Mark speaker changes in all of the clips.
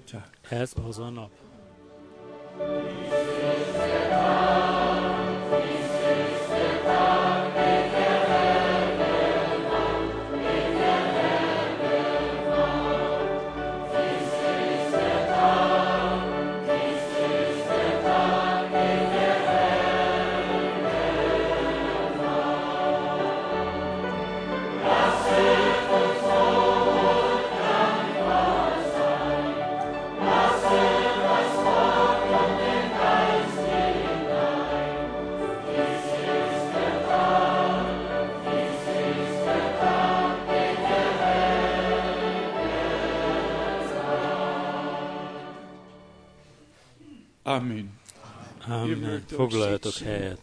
Speaker 1: Ez az a nap.
Speaker 2: Amen.
Speaker 1: Amen. Foglaljatok helyet.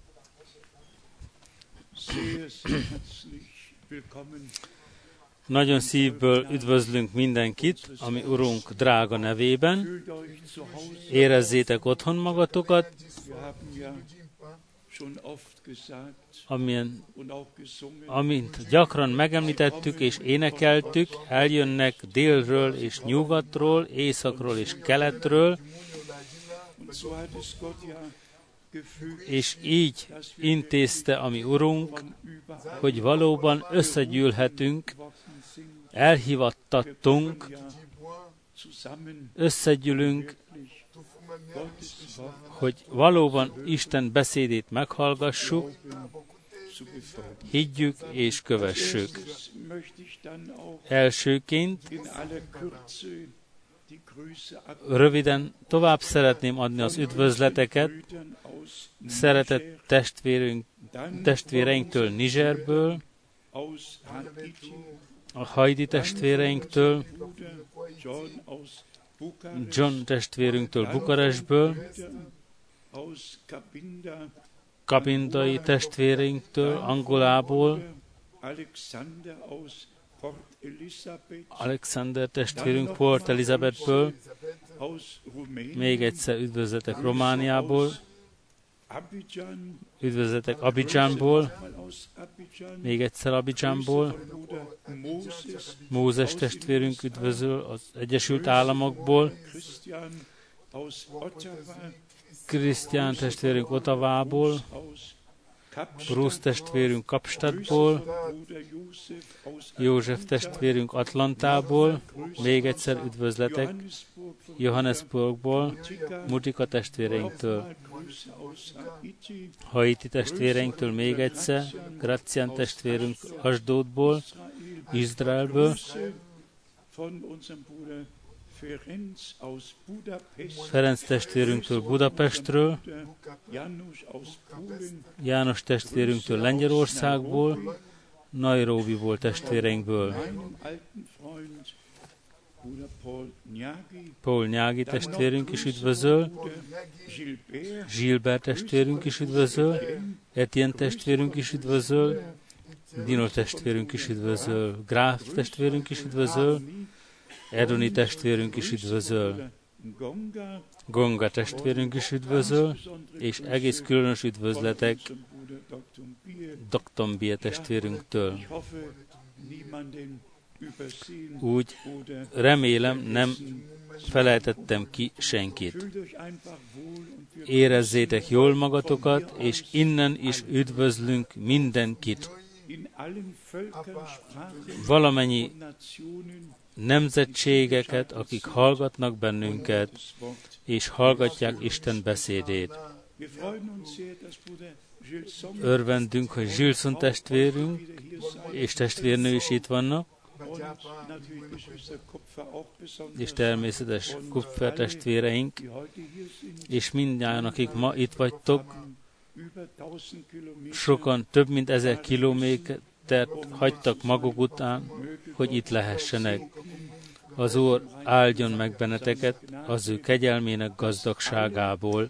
Speaker 1: Nagyon szívből üdvözlünk mindenkit, ami Urunk drága nevében. Érezzétek otthon magatokat, amint gyakran megemlítettük és énekeltük, eljönnek délről és nyugatról, északról és keletről, és így intézte a mi Urunk, hogy valóban összegyűlhetünk, elhivattattunk, összegyűlünk, hogy valóban Isten beszédét meghallgassuk, higgyük és kövessük. Elsőként röviden tovább szeretném adni az üdvözleteket szeretett testvéreinktől Nigerből, a Haiti testvéreinktől, John testvérünktől Bukarestből, Kabindai testvéreinktől Angolából, Alexander testvérünk Port Elizabethből, még egyszer üdvözletek Romániából, üdvözletek Abidjanból, még egyszer Abidjanból, Mózes testvérünk üdvözöl az Egyesült Államokból, Krisztián testvérünk Ottavából, Bruce testvérünk Kapstadtból, József testvérünk Atlantából, még egyszer üdvözletek Johannesburgból, Mutika testvéreinktől, Haiti testvéreinktől még egyszer, Gracián testvérünk Asdodból, Izraelből, Ferenc testvérünktől Budapestről, János testvérünktől Lengyelországból, Nairobiból testvéreinkből, Paul Nyági testvérünk is üdvözöl, Gilbert testvérünk is üdvözöl, Etienne testvérünk is üdvözöl, Dino testvérünk is üdvözöl, Gráf testvérünk is üdvözöl, Edoni testvérünk is üdvözöl, Gonga testvérünk is üdvözöl, és egész különös üdvözletek Dr. Bie testvérünktől. Úgy remélem, nem felejtettem ki senkit. Érezzétek jól magatokat, és innen is üdvözlünk mindenkit. Valamennyi nemzetségeket, akik hallgatnak bennünket, és hallgatják Isten beszédét. Örvendünk, hogy Gilson testvérünk és testvérnő is itt vannak, és természetes Kupfer testvéreink, és mindjárt, akik ma itt vagytok, sokan több mint 1000 kilométert hagytak maguk után, hogy itt lehessenek. Az Úr áldjon meg benneteket az ő kegyelmének gazdagságából,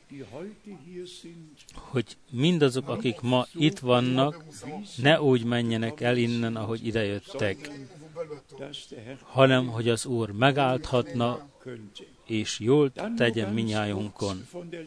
Speaker 1: hogy mindazok, akik ma itt vannak, ne úgy menjenek el innen, ahogy idejöttek, hanem hogy az Úr megáldhatna, és jól tegyen minnyájunkon.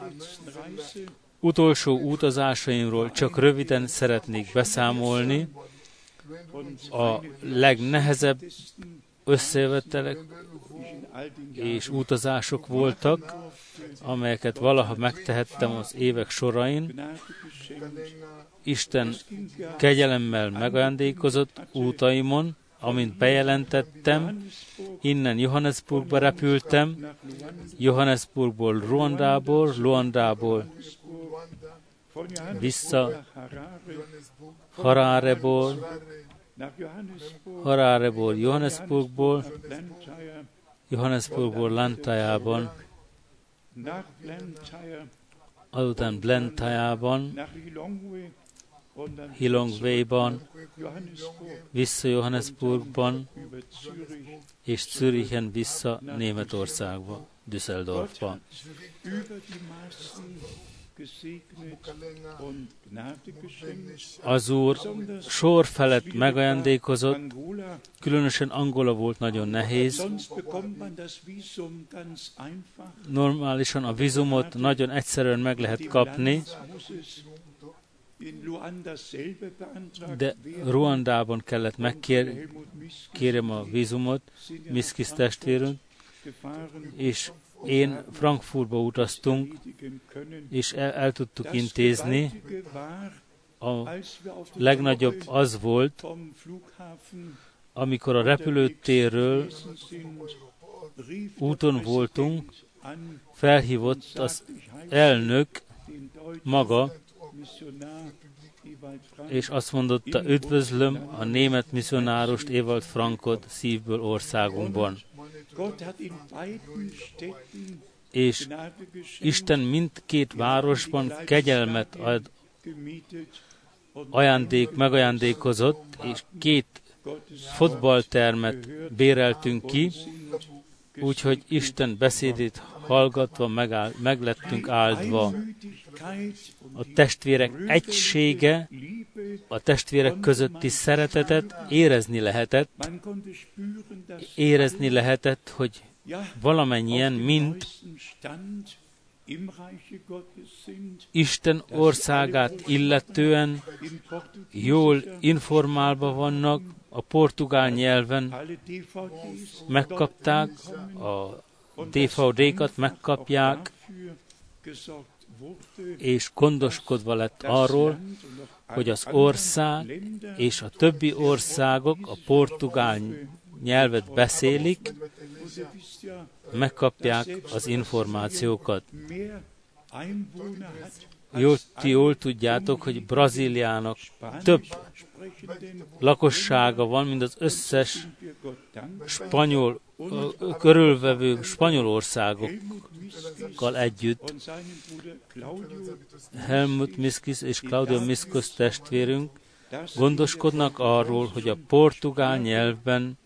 Speaker 1: Utolsó utazásaimról csak röviden szeretnék beszámolni. A legnehezebb összejövetelek és utazások voltak, amelyeket valaha megtehettem az évek sorain. Isten kegyelemmel megajándékozott útaimon, amint bejelentettem, innen Johannesburgba repültem, Johannesburgból Luandából vissza Haráreból Johannesburgból Lantájában, azután Blantyre-ban, Hilongwe-ban, vissza Johannesburgban, és Zürichen vissza Németországba, Düsseldorfba. Az Úr sor felett megajándékozott, különösen Angola volt nagyon nehéz. Normálisan a vízumot nagyon egyszerűen meg lehet kapni, de Ruandában kellett megkérjem a vízumot, Miskis testvérünk, és én Frankfurtba utaztunk, és el tudtuk intézni. A legnagyobb az volt, amikor a repülőtérről úton voltunk, felhívott az elnök maga, és azt mondotta, üdvözlöm a német misszionárust, Ewald Frankot szívből országunkban. És Isten mindkét városban kegyelmet ad, megajándékozott, és 2 fotballtermet béreltünk ki, úgyhogy Isten beszédét hallgatva meg lettünk áldva. A testvérek egysége, a testvérek közötti szeretetet érezni lehetett, hogy valamennyien mind Isten országát illetően jól informálva vannak, a portugál nyelven megkapták, a DVD-kat megkapják, és gondoskodva lett arról, hogy az ország és a többi országok a portugál nyelvet beszélik, megkapják az információkat. Jól tudjátok, hogy Brazíliának több lakossága van, mint az összes körülvevő spanyol országokkal együtt. Helmut Miskis és Claudio Miskos testvérünk gondoskodnak arról, hogy a portugál nyelvben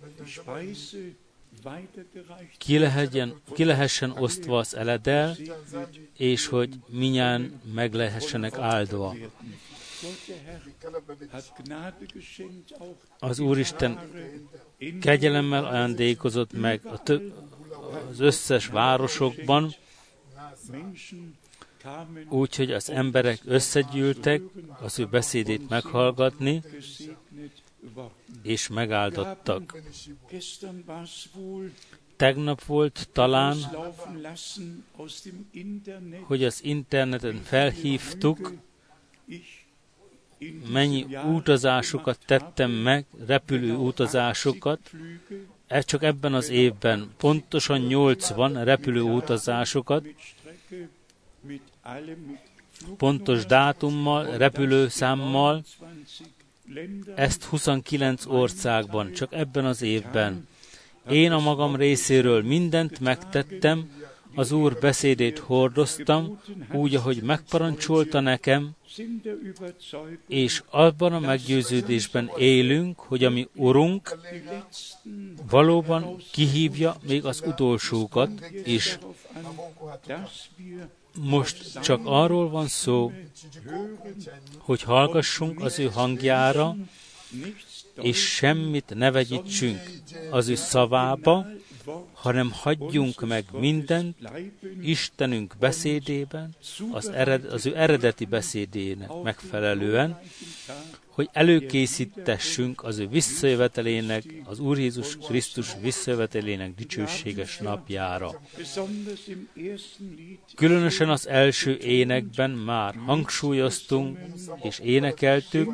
Speaker 1: ki lehessen osztva az eledel, és hogy minnyáján meg lehessenek áldva. Az Úristen kegyelemmel ajándékozott meg az összes városokban, úgyhogy az emberek összegyűltek az ő beszédét meghallgatni, és megáldottak. Tegnap volt talán, hogy az interneten felhívtuk, mennyi utazásokat tettem meg, repülő utazásokat, csak ebben az évben pontosan 80 repülő utazásokat, pontos dátummal, repülőszámmal, ezt 29 országban, csak ebben az évben. Én a magam részéről mindent megtettem, az Úr beszédét hordoztam, úgy, ahogy megparancsolta nekem, és abban a meggyőződésben élünk, hogy a mi Urunk valóban kihívja még az utolsókat is. Most csak arról van szó, hogy hallgassunk az ő hangjára, és semmit ne vegyítsünk az ő szavába, hanem hagyjunk meg mindent Istenünk beszédében, az ő eredeti beszédének megfelelően, hogy előkészítessünk az ő visszajövetelének, az Úr Jézus Krisztus visszajövetelének dicsőséges napjára. Különösen az első énekben már hangsúlyoztunk és énekeltük,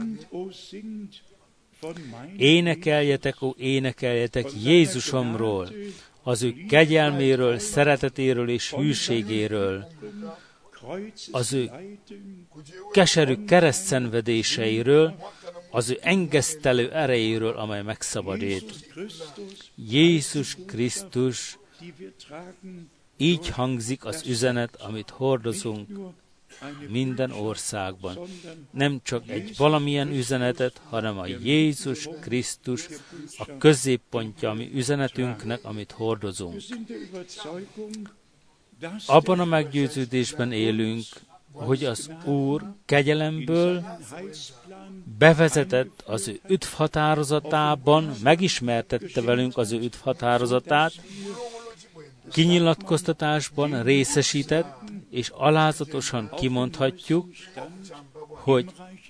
Speaker 1: énekeljetek, ó énekeljetek Jézusomról, az ő kegyelméről, szeretetéről és hűségéről, az ő keserű keresztszenvedéseiről, az ő engesztelő erejéről, amely megszabadít. Jézus Krisztus, így hangzik az üzenet, amit hordozunk minden országban. Nem csak egy valamilyen üzenetet, hanem a Jézus Krisztus a középpontja a mi üzenetünknek, amit hordozunk. Abban a meggyőződésben élünk, hogy az Úr kegyelemből bevezetett az ő üdvhatározatában, megismertette velünk az ő üdvhatározatát, kinyilatkoztatásban részesített, és alázatosan kimondhatjuk, hogy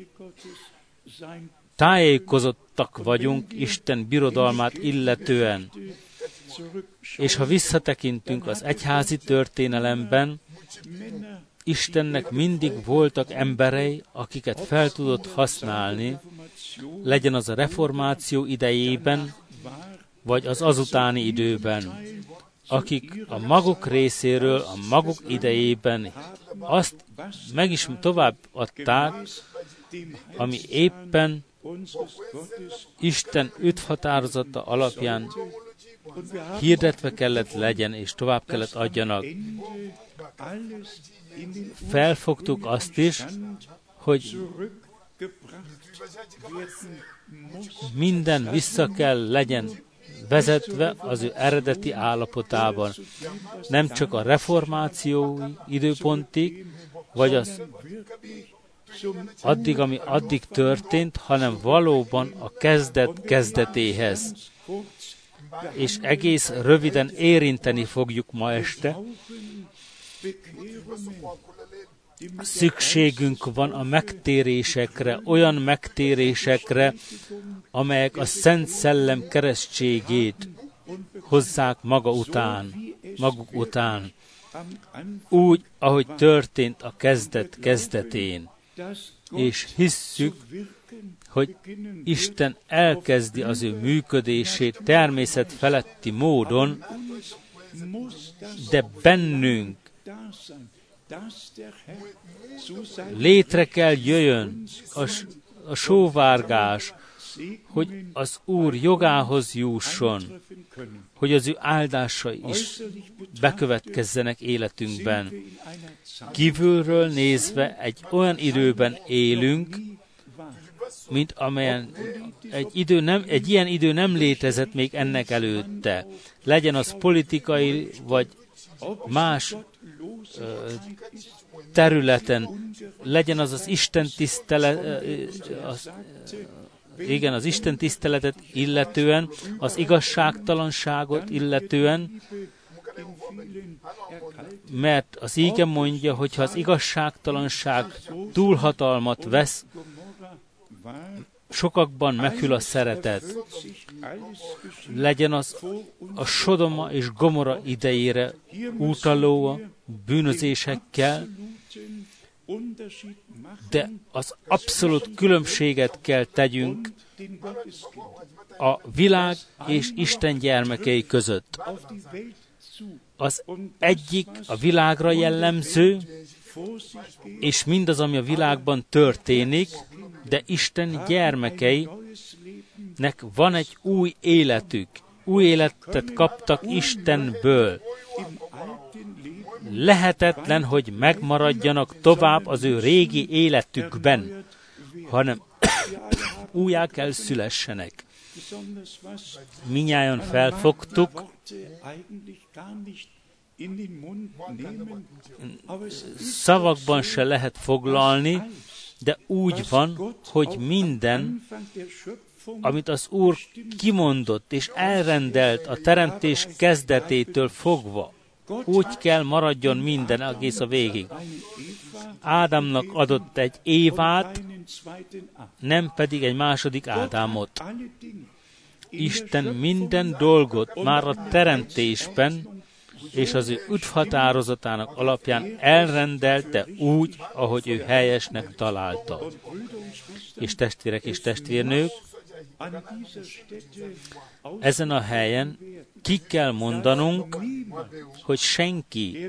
Speaker 1: tájékozottak vagyunk Isten birodalmát illetően. És ha visszatekintünk az egyházi történelemben, Istennek mindig voltak emberei, akiket fel tudott használni, legyen az a reformáció idejében, vagy az azutáni időben, akik a maguk részéről, a maguk idejében azt meg is tovább adták, ami éppen Isten üdvhatározata alapján hirdetve kellett legyen, és tovább kellett adjanak. Felfogtuk azt is, hogy minden vissza kell legyen vezetve az ő eredeti állapotában. Nem csak a reformáció időpontig, vagy az addig, ami addig történt, hanem valóban a kezdet kezdetéhez. És egész röviden érinteni fogjuk ma este. Szükségünk van a megtérésekre, olyan megtérésekre, amelyek a Szent Szellem keresztségét hozzák maguk után. Úgy, ahogy történt a kezdet kezdetén. És hisszük, hogy Isten elkezdi az ő működését természet feletti módon, de bennünk létre kell jöjjön a sóvárgás, hogy az Úr jogához jusson, hogy az ő áldásai is bekövetkezzenek életünkben. Kívülről nézve egy olyan időben élünk, mint amelyen egy ilyen idő nem létezett még ennek előtte. Legyen az politikai, vagy más területen, legyen az az Isten tisztelet, az Isten tiszteletet illetően, az igazságtalanságot illetően, mert az íge mondja, hogy ha az igazságtalanság túlhatalmat vesz, sokakban meghűl a szeretet. Legyen az a Sodoma és Gomora idejére utaló a bűnözésekkel, de az abszolút különbséget kell tegyünk a világ és Isten gyermekei között. Az egyik a világra jellemző, és mindaz, ami a világban történik, de Isten gyermekeinek van egy új életük. Új életet kaptak Istenből. Lehetetlen, hogy megmaradjanak tovább az ő régi életükben, hanem újjá kell szülessenek. Minnyáján felfogtuk, szavakban se lehet foglalni, de úgy van, hogy minden amit az Úr kimondott és elrendelt a teremtés kezdetétől fogva, úgy kell maradjon minden egész a végig. Ádámnak adott egy Évát, nem pedig egy második Ádámot. Isten minden dolgot már a teremtésben és az ő úthatározatának alapján elrendelte úgy, ahogy ő helyesnek találta. És testvérek és testvérnők, ezen a helyen ki kell mondanunk, hogy senki,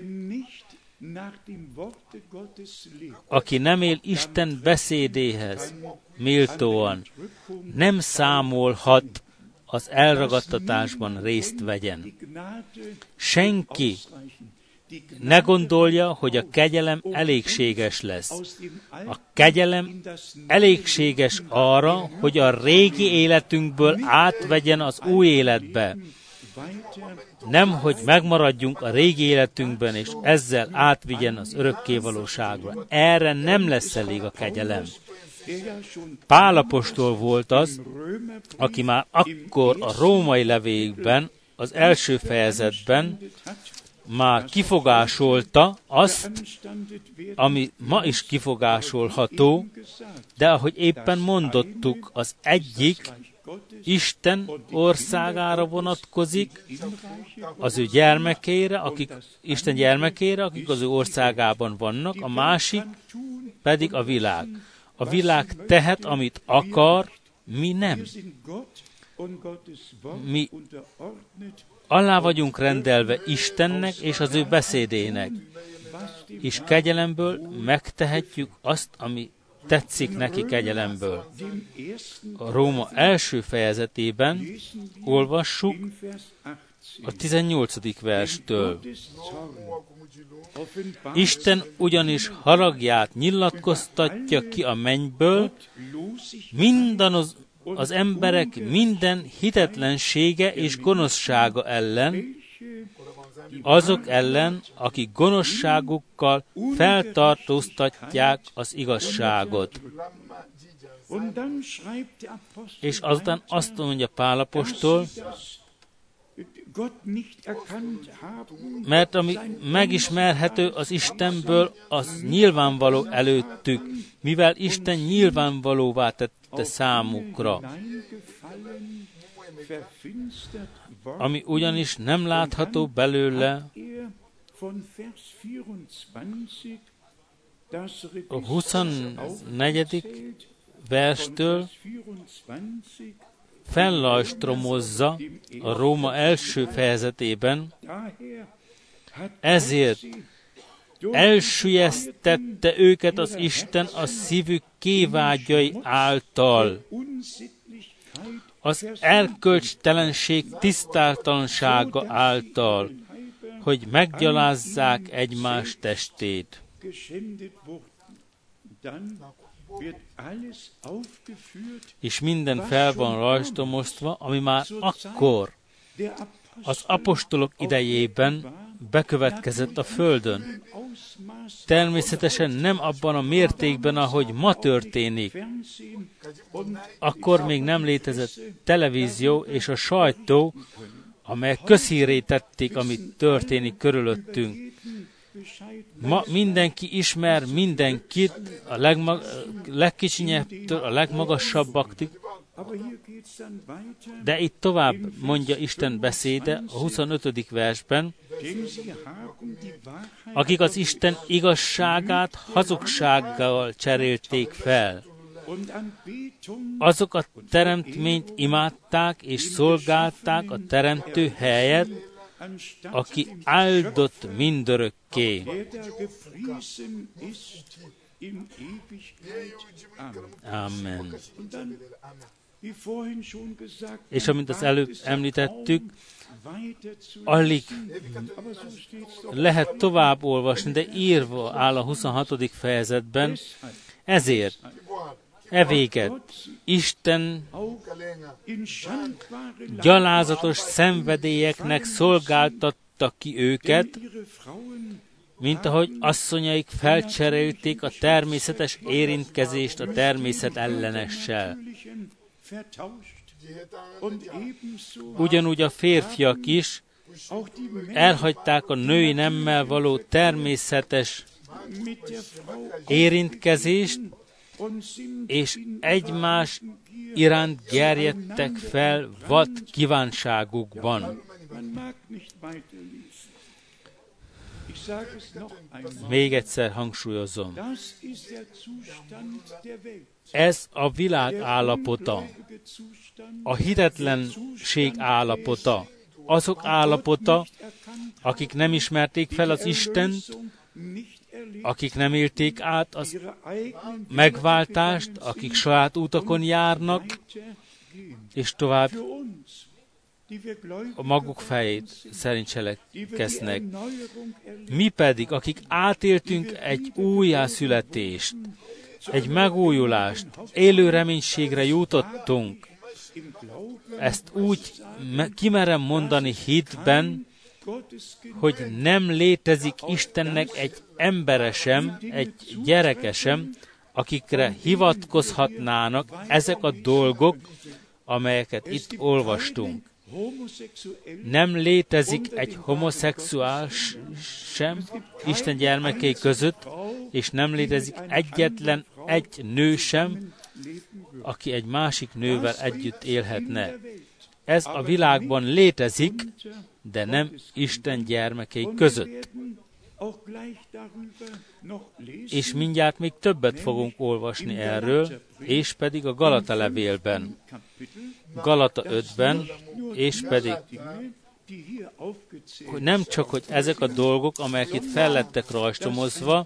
Speaker 1: aki nem él Isten beszédéhez méltóan, nem számolhat az elragadtatásban részt vegyen. Senki ne gondolja, hogy a kegyelem elégséges lesz. A kegyelem elégséges arra, hogy a régi életünkből átvegyen az új életbe. Nem, hogy megmaradjunk a régi életünkben, és ezzel átvigyen az örökkévalóságra. Erre nem lesz elég a kegyelem. Pál apostol volt az, aki már akkor a római levékben, az első fejezetben már kifogásolta azt, ami ma is kifogásolható, de ahogy éppen mondottuk, az egyik Isten országára vonatkozik, az ő gyermekeire, Isten gyermekeire, akik az ő országában vannak, a másik pedig a világ. A világ tehet, amit akar, mi nem. Mi alá vagyunk rendelve Istennek és az ő beszédének, és kegyelemből megtehetjük azt, ami tetszik neki kegyelemből. A Róma első fejezetében olvassuk a 18. verstől. Isten ugyanis haragját nyilatkoztatja ki a mennyből, az emberek minden hitetlensége és gonoszsága ellen, azok ellen, akik gonoszságukkal feltartóztatják az igazságot. És azután azt mondja Pál apostol, mert ami megismerhető az Istenből, az nyilvánvaló előttük, mivel Isten nyilvánvalóvá tette számukra. Ami ugyanis nem látható belőle, a 24. verstől fellajstromozza a Róma első fejezetében, ezért elsüllyesztette őket az Isten a szívük kévágyai által, az erkölcstelenség tisztátalansága által, hogy meggyalázzák egymás testét. És minden fel van rajzolva, ami már akkor az apostolok idejében bekövetkezett a földön. Természetesen nem abban a mértékben, ahogy ma történik. Akkor még nem létezett televízió és a sajtó, amelyek közhírré tették, amit történik körülöttünk. Ma mindenki ismer mindenkit, a legkicsinyebbtől a legmagasabbaktól, de itt tovább mondja Isten beszéde a 25. versben, akik az Isten igazságát hazugsággal cserélték fel. Azok a teremtményt imádták és szolgálták a teremtő helyet, aki áldott mindörökké. Amen. És amint az előbb említettük, alig lehet tovább olvasni, de írva áll a 26. fejezetben, ezért evéget Isten gyalázatos szenvedélyeknek szolgáltatta ki őket, mint ahogy asszonyaik felcserélték a természetes érintkezést a természet ellenessel. Ugyanúgy a férfiak is elhagyták a női nemmel való természetes érintkezést, és egymás iránt gerjedtek fel vad kívánságukban. Még egyszer hangsúlyozom. Ez a világ állapota, a hitetlenség állapota, azok állapota, akik nem ismerték fel az Istent, akik nem élték át az megváltást, akik saját utakon járnak, és tovább a maguk fejét szerint cselekednek. Mi pedig, akik átéltünk egy újjászületést, egy megújulást, élő reménységre jutottunk, ezt úgy kimerem mondani hitben, hogy nem létezik Istennek egy embere sem, egy gyereke sem, akikre hivatkozhatnának ezek a dolgok, amelyeket itt olvastunk. Nem létezik egy homoszexuális sem Isten gyermekei között, és nem létezik egyetlen egy nő sem, aki egy másik nővel együtt élhetne. Ez a világban létezik, de nem Isten gyermekei között. És mindjárt még többet fogunk olvasni erről, és pedig a Galata levélben, Galata 5-ben, és pedig hogy nem csak, hogy ezek a dolgok, amelyek itt fel lettek rajstromozva,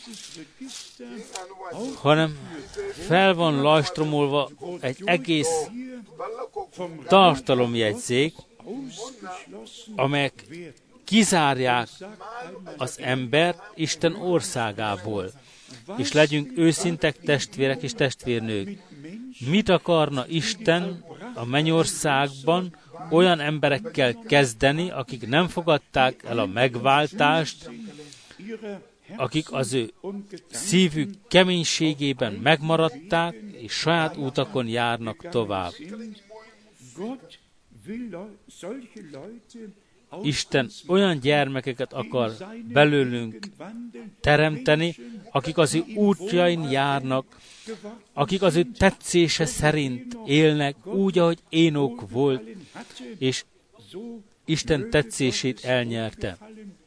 Speaker 1: hanem fel van rajstromolva egy egész tartalomjegyzék, amelyek kizárják az embert Isten országából. És legyünk őszintek testvérek és testvérnők. Mit akarna Isten a mennyországban olyan emberekkel kezdeni, akik nem fogadták el a megváltást, akik az ő szívük keménységében megmaradták, és saját útakon járnak tovább. Isten olyan gyermekeket akar belőlünk teremteni, akik az ő útjain járnak, akik az ő tetszése szerint élnek, úgy, ahogy Énok volt, és Isten tetszését elnyerte.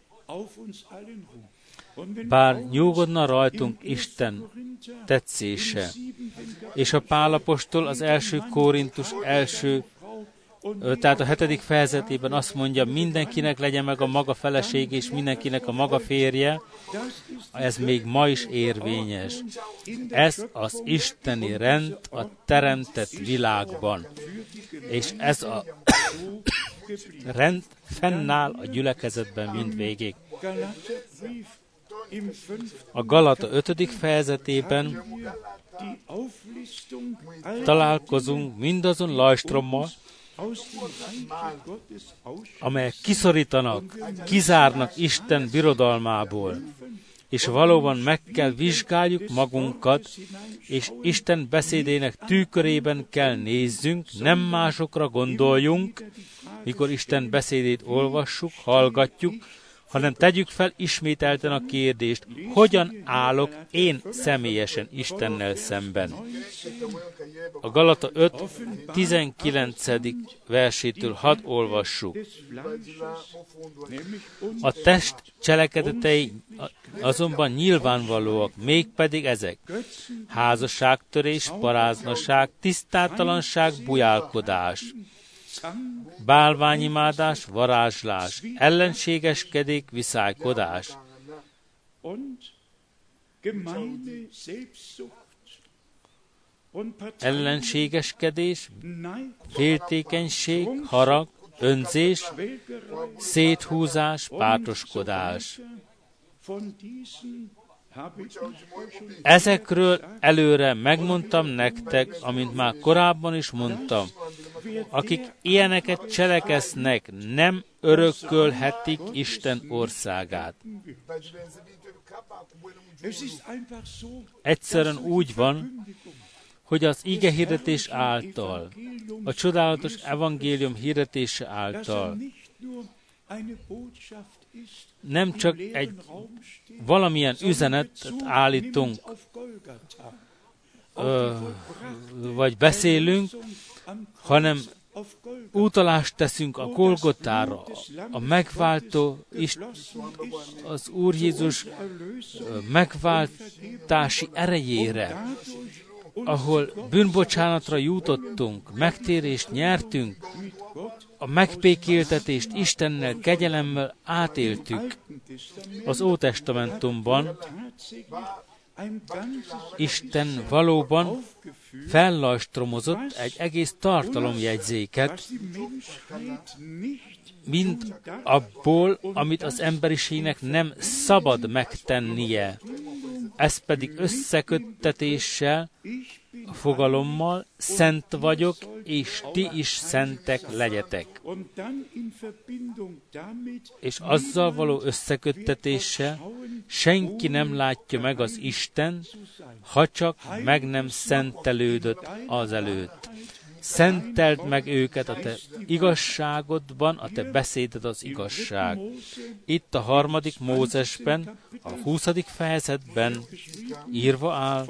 Speaker 1: Bár nyugodna rajtunk Isten tetszése. És a Pál apostol az 1 Korintus tehát a 7. fejezetében azt mondja, mindenkinek legyen meg a maga feleség, és mindenkinek a maga férje. Ez még ma is érvényes. Ez az isteni rend a teremtett világban. És ez a rend fennáll a gyülekezetben mindvégig. A Galata 5. fejezetében találkozunk mindazon lajstrommal, amelyek kiszorítanak, kizárnak Isten birodalmából, és valóban meg kell vizsgáljuk magunkat, és Isten beszédének tűkörében kell nézzünk, nem másokra gondoljunk, mikor Isten beszédét olvassuk, hallgatjuk, hanem tegyük fel ismételten a kérdést, hogyan állok én személyesen Istennel szemben. A Galata 5. 19. versétől hadd olvassuk. A test cselekedetei azonban nyilvánvalóak, mégpedig ezek: házasságtörés, paráznaság, tisztátalanság, bujálkodás, bálványimádás, varázslás, ellenségeskedék, viszálykodás, ellenségeskedés, féltékenység, harag, önzés, széthúzás, pártoskodás. Ezekről előre megmondtam nektek, amint már korábban is mondtam, akik ilyeneket cselekeznek, nem örökölhetik Isten országát. Egyszerűen úgy van, hogy az ige hirdetés által, a csodálatos evangélium hirdetése által nem csak egy valamilyen üzenetet állítunk, vagy beszélünk, hanem utalást teszünk a Golgotára, a megváltó, az Úr Jézus megváltási erejére, ahol bűnbocsánatra jutottunk, megtérést nyertünk, a megpékéltetést Istennel, kegyelemmel átéltük. Az Ótestamentumban Isten valóban fellajstromozott egy egész tartalomjegyzéket, mind abból, amit az emberiségnek nem szabad megtennie. Ez pedig összeköttetéssel, fogalommal, szent vagyok, és ti is szentek legyetek. És azzal való összeköttetéssel senki nem látja meg az Isten, ha csak meg nem szentelődött azelőtt. Szenteld meg őket a te igazságodban, a te beszéded az igazság. Itt a 3. Mózesben, a 20. fejezetben írva áll,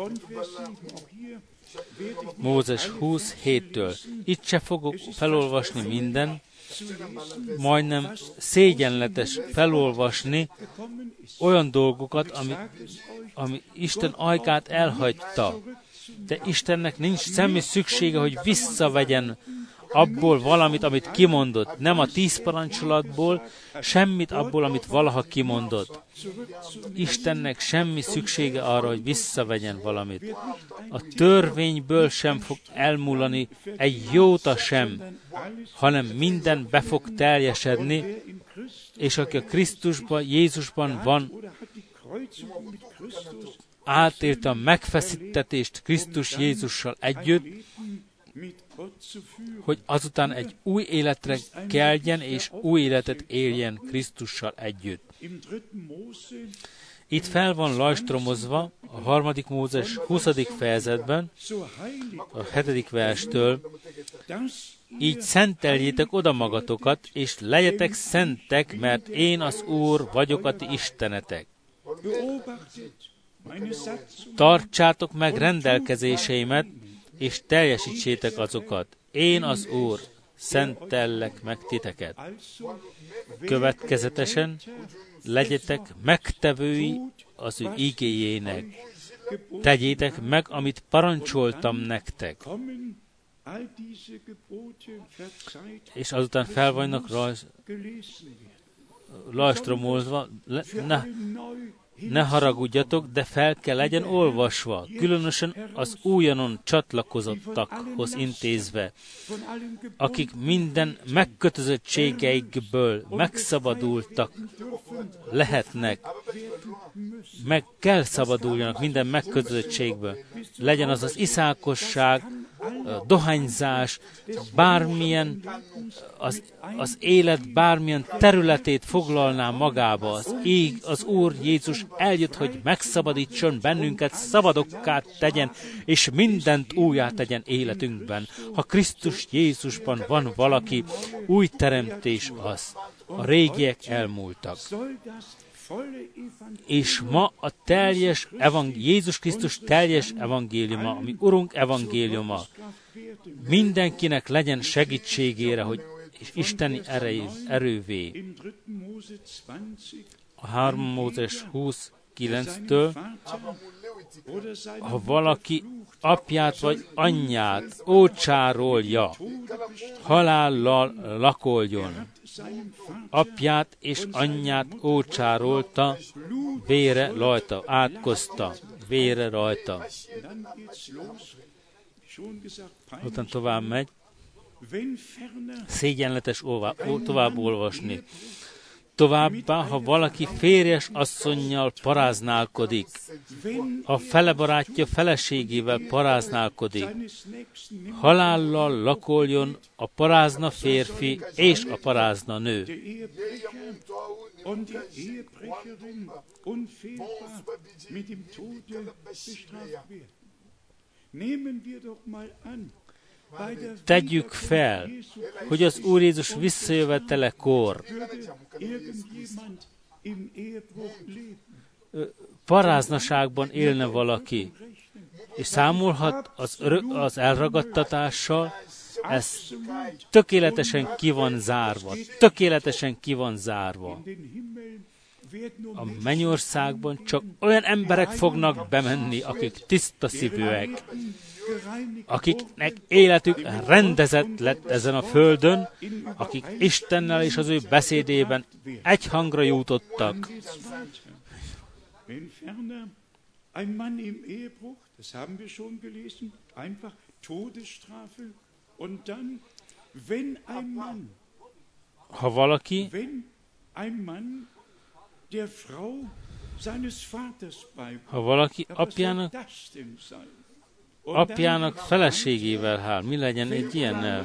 Speaker 1: Mózes 20:7-től. Itt se fogok felolvasni minden, majdnem szégyenletes felolvasni olyan dolgokat, ami Isten ajkát elhagyta. De Istennek nincs semmi szüksége, hogy visszavegyen abból valamit, amit kimondott. Nem a 10 parancsolatból, semmit abból, amit valaha kimondott. Istennek semmi szüksége arra, hogy visszavegyen valamit. A törvényből sem fog elmúlani egy jóta sem, hanem minden be fog teljesedni, és aki a Krisztusban, Jézusban van, átélte a megfeszítetést Krisztus Jézussal együtt, hogy azután egy új életre keljen, és új életet éljen Krisztussal együtt. Itt fel van lajstromozva a 3. Mózes 20. fejezetben, a 7. verstől, így szenteljétek oda magatokat, és legyetek szentek, mert én az Úr vagyok a ti istenetek. Tartsátok meg rendelkezéseimet, és teljesítsétek azokat. Én az Úr, szentellek meg titeket. Következetesen legyetek megtevői az ő igéjének. Tegyétek meg, amit parancsoltam nektek. És azután fel vannak lajstromolva, ne haragudjatok, de fel kell legyen olvasva, különösen az újonnan csatlakozottakhoz intézve, akik minden megkötözöttségeikből megszabadultak lehetnek, meg kell szabaduljanak minden megkötözöttségből. Legyen az az iszákosság, dohányzás, bármilyen az élet bármilyen területét foglalná magába. Az Úr Jézus eljött, hogy megszabadítson bennünket, szabadokká tegyen, és mindent újjá tegyen életünkben. Ha Krisztus Jézusban van valaki, új teremtés az. A régiek elmúltak. És ma a Jézus Krisztus teljes evangéliuma, ami Urunk evangéliuma, mindenkinek legyen segítségére, hogy és isteni erővé. A 3. Mózes 20:9-től, ha valaki apját vagy anyját ócsárolja, halállal lakoljon. Apját és anyját ócsárolta, vére rajta, átkozta, vére rajta. Utána tovább megy. Szégyenletes tovább olvasni. Továbbá, ha valaki férjes asszonnyal paráználkodik, a fele barátja feleségével paráználkodik, halállal lakoljon a parázna férfi és a parázna nő. Tegyük fel, hogy az Úr Jézus visszajövetelekor paráznaságban élne valaki, és számolhat az elragadtatással, ez tökéletesen ki van zárva. Tökéletesen ki van zárva. A mennyországban csak olyan emberek fognak bemenni, akik tiszta szívűek, akiknek életük rendezett lett ezen a földön, akik Istennel és az ő beszédében egy hangra jutottak.
Speaker 2: Ein Mann im Ehebruch, das haben wir schon gelesen, einfach Todesstrafe. Und dann, wenn ein Mann der Frau seines Vaters beibringt,
Speaker 1: apjának feleségével hál. Mi legyen egy ilyennel?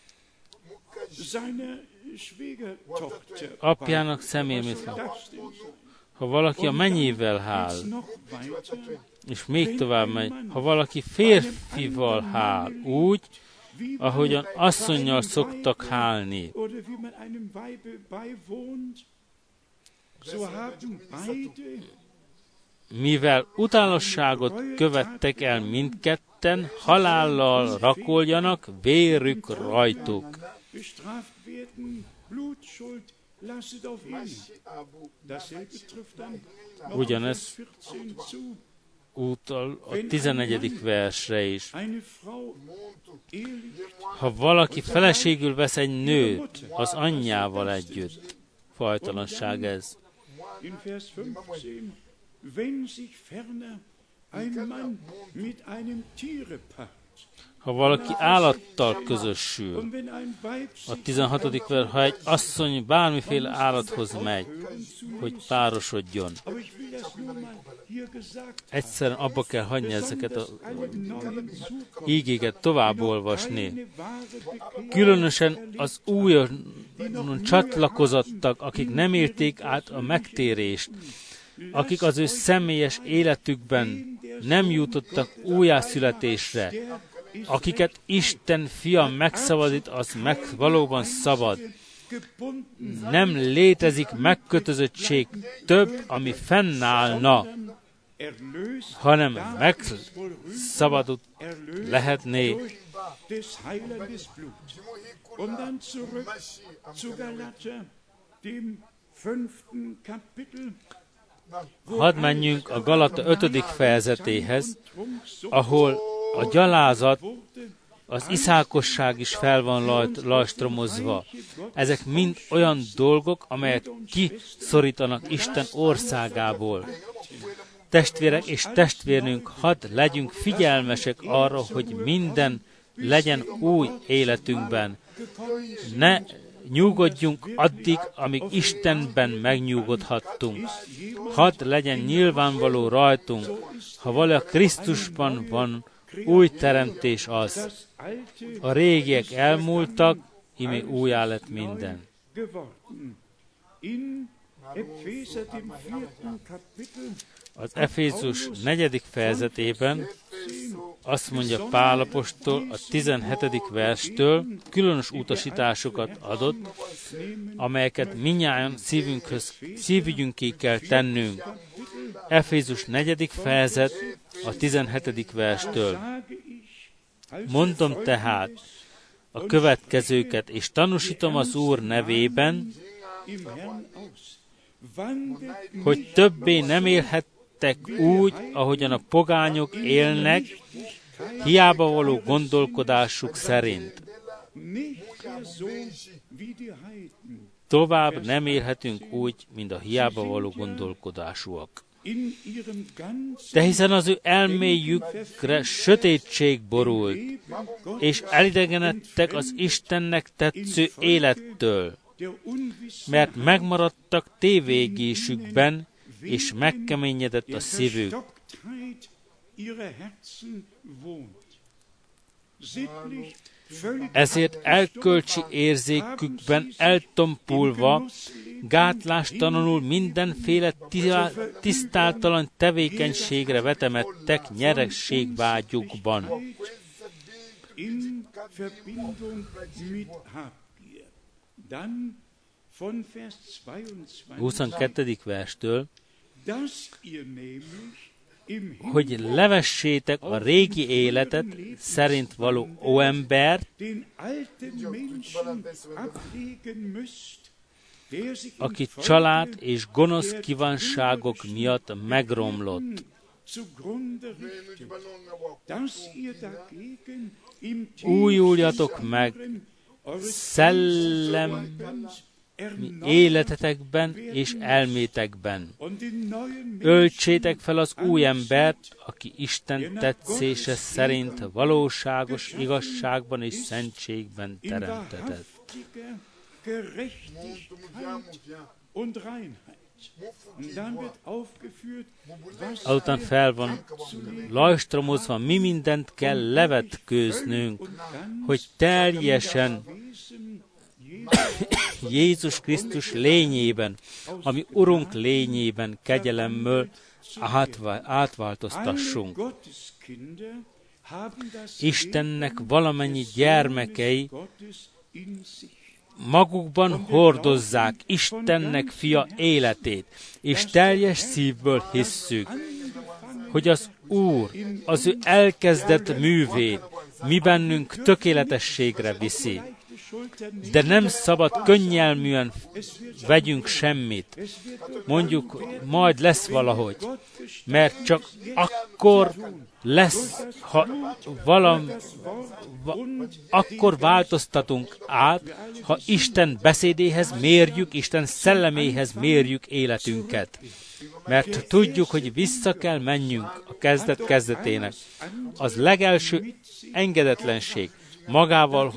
Speaker 1: Apjának személyével. Ha valaki a mennyével hál, és még tovább megy, ha valaki férfival hál, úgy, ahogyan asszonnyal szoktak hálni. Mivel utánosságot követtek el mindketten, halállal rakoljanak, vérük rajtuk. Ugyanez utal a 14. versre is. Ha valaki feleségül vesz egy nőt, az anyjával együtt, fajtalanság ez. Ha valaki állattal közösül, a 16. vers, ha egy asszony bármiféle állathoz megy, hogy párosodjon. Egyszerűen abba kell hagyni ezeket az ígéket tovább olvasni. Különösen az újon csatlakozottak, akik nem élték át a megtérést, akik az ő személyes életükben nem jutottak újjászületésre, akiket Isten fia megszabadít, az valóban szabad. Nem létezik megkötözöttség több, ami fennállna, hanem megszabadult lehetné. Hadd menjünk a Galata 5. fejezetéhez, ahol a gyalázat, az iszákosság is fel van lajstromozva. Ezek mind olyan dolgok, amelyek kiszorítanak Isten országából. Testvérek és testvérnünk, hadd legyünk figyelmesek arra, hogy minden legyen új életünkben. Ne nyugodjunk addig, amíg Istenben megnyugodhattunk. Hadd legyen nyilvánvaló rajtunk, ha valaki Krisztusban van, új teremtés az. A régiek elmúltak, íme újjá lett minden. Az Efézus 4. fejezetében azt mondja Pál apostol a 17. verstől különös utasításokat adott, amelyeket mindnyájan szívügyünké kell tennünk. Efézus 4. fejezet a 17. verstől. Mondom tehát a következőket, és tanúsítom az Úr nevében, hogy többé nem élhettek úgy, ahogyan a pogányok élnek, hiába való gondolkodásuk szerint. Tovább nem élhetünk úgy, mint a hiába való gondolkodásúak. De hiszen az ő elméjükre sötétség borult, és elidegenedtek az Istennek tetsző élettől, mert megmaradtak tévégésükben, és megkeményedett a szívük. ezért erkölcsi érzékükben eltompulva, gátlástalanul mindenféle tisztátalan tevékenységre vetemettek nyerességvágyukban.
Speaker 2: In Verbindung mit Habgier. Dann von Vers
Speaker 1: 22. verstől,
Speaker 2: dass ihr nämlich im
Speaker 1: hogy levessétek a régi életet szerint való óembert,
Speaker 2: den alten Menschen ablegen müsst, der sich
Speaker 1: aki család és gonosz kívánságok miatt megromlott.
Speaker 2: zugrunde richtet, dass ihr dagegen im
Speaker 1: Újuljatok meg szellemi életetekben és elmétekben. Öltsétek fel az új embert, aki Isten tetszése szerint valóságos igazságban és szentségben teremtetett. Azután fel van lajstromozva, mi mindent kell levetkőznünk, hogy teljesen Jézus Krisztus lényében, ami Urunk lényében kegyelemmel átváltoztassunk. Istennek valamennyi gyermekei magukban hordozzák Istennek fia életét, és teljes szívből hisszük, hogy az Úr az ő elkezdett művét mi bennünk tökéletességre viszi. De nem szabad könnyelműen vegyünk semmit. Mondjuk, majd lesz valahogy. Mert csak akkor lesz, ha akkor változtatunk át, ha Isten beszédéhez mérjük, Isten szelleméhez mérjük életünket. Mert tudjuk, hogy vissza kell menjünk a kezdet kezdetének. Az legelső engedetlenség magával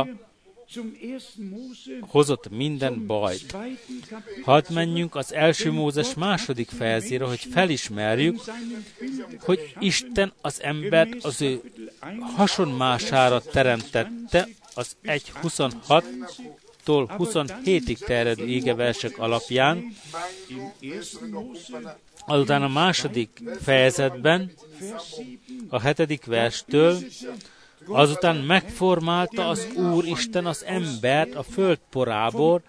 Speaker 1: hozott minden bajt. Hadd menjünk az első Mózes 2. fejezére, hogy felismerjük, hogy Isten az embert az ő hasonmására teremtette, az 1.26-tól 27-ig terjedő égeversek alapján. Azután a második fejezetben, a 7. verstől, azután megformálta az Úristen az embert a föld porából,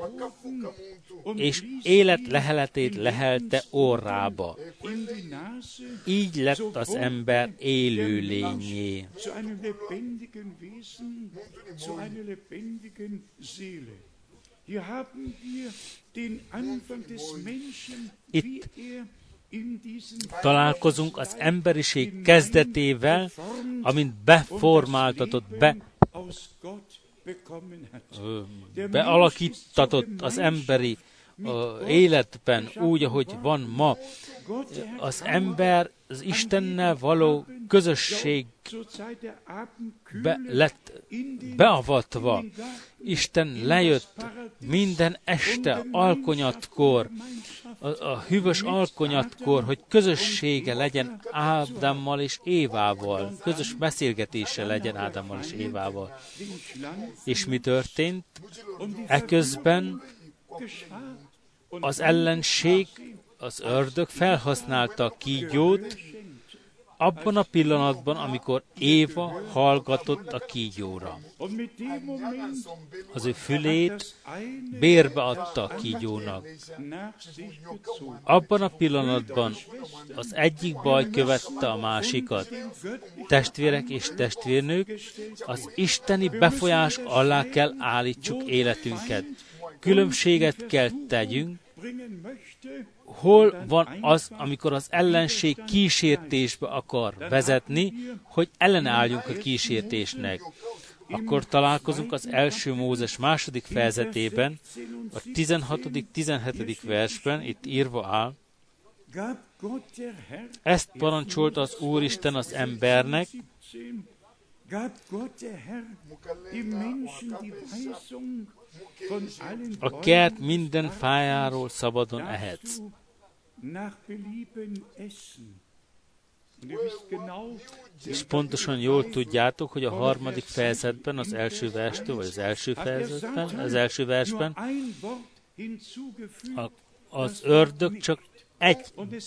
Speaker 1: és élet leheletét lehelte orrába. Így lett az ember élő lényé. Itt találkozunk az emberiség kezdetével, amint bealakítatott az emberi életben úgy, ahogy van ma. Az ember az Istennel való közösségbe lett beavatva. Isten lejött minden este alkonyatkor, a hűvös alkonyatkor, hogy közössége legyen Ádámmal és Évával, közös beszélgetése legyen Ádámmal és Évával. És mi történt? Eközben az ellenség, az ördög felhasználta a kígyót abban a pillanatban, amikor Éva hallgatott a kígyóra. Az ő fülét bérbe adta a kígyónak. Abban a pillanatban az egyik baj követte a másikat. Testvérek és testvérnők, az isteni befolyás alá kell állítsuk életünket. Különbséget kell tegyünk. Hol van az, amikor az ellenség kísértésbe akar vezetni, hogy ellenálljunk a kísértésnek? Akkor találkozunk az első Mózes 2. fejezetében, a 16.-17. versben, itt írva áll: ezt parancsolta az Úristen az embernek, a kert minden fájáról szabadon ehetsz. És pontosan jól tudjátok, hogy a harmadik fejezetben, az első verstől, vagy az első versben, az ördög csak egy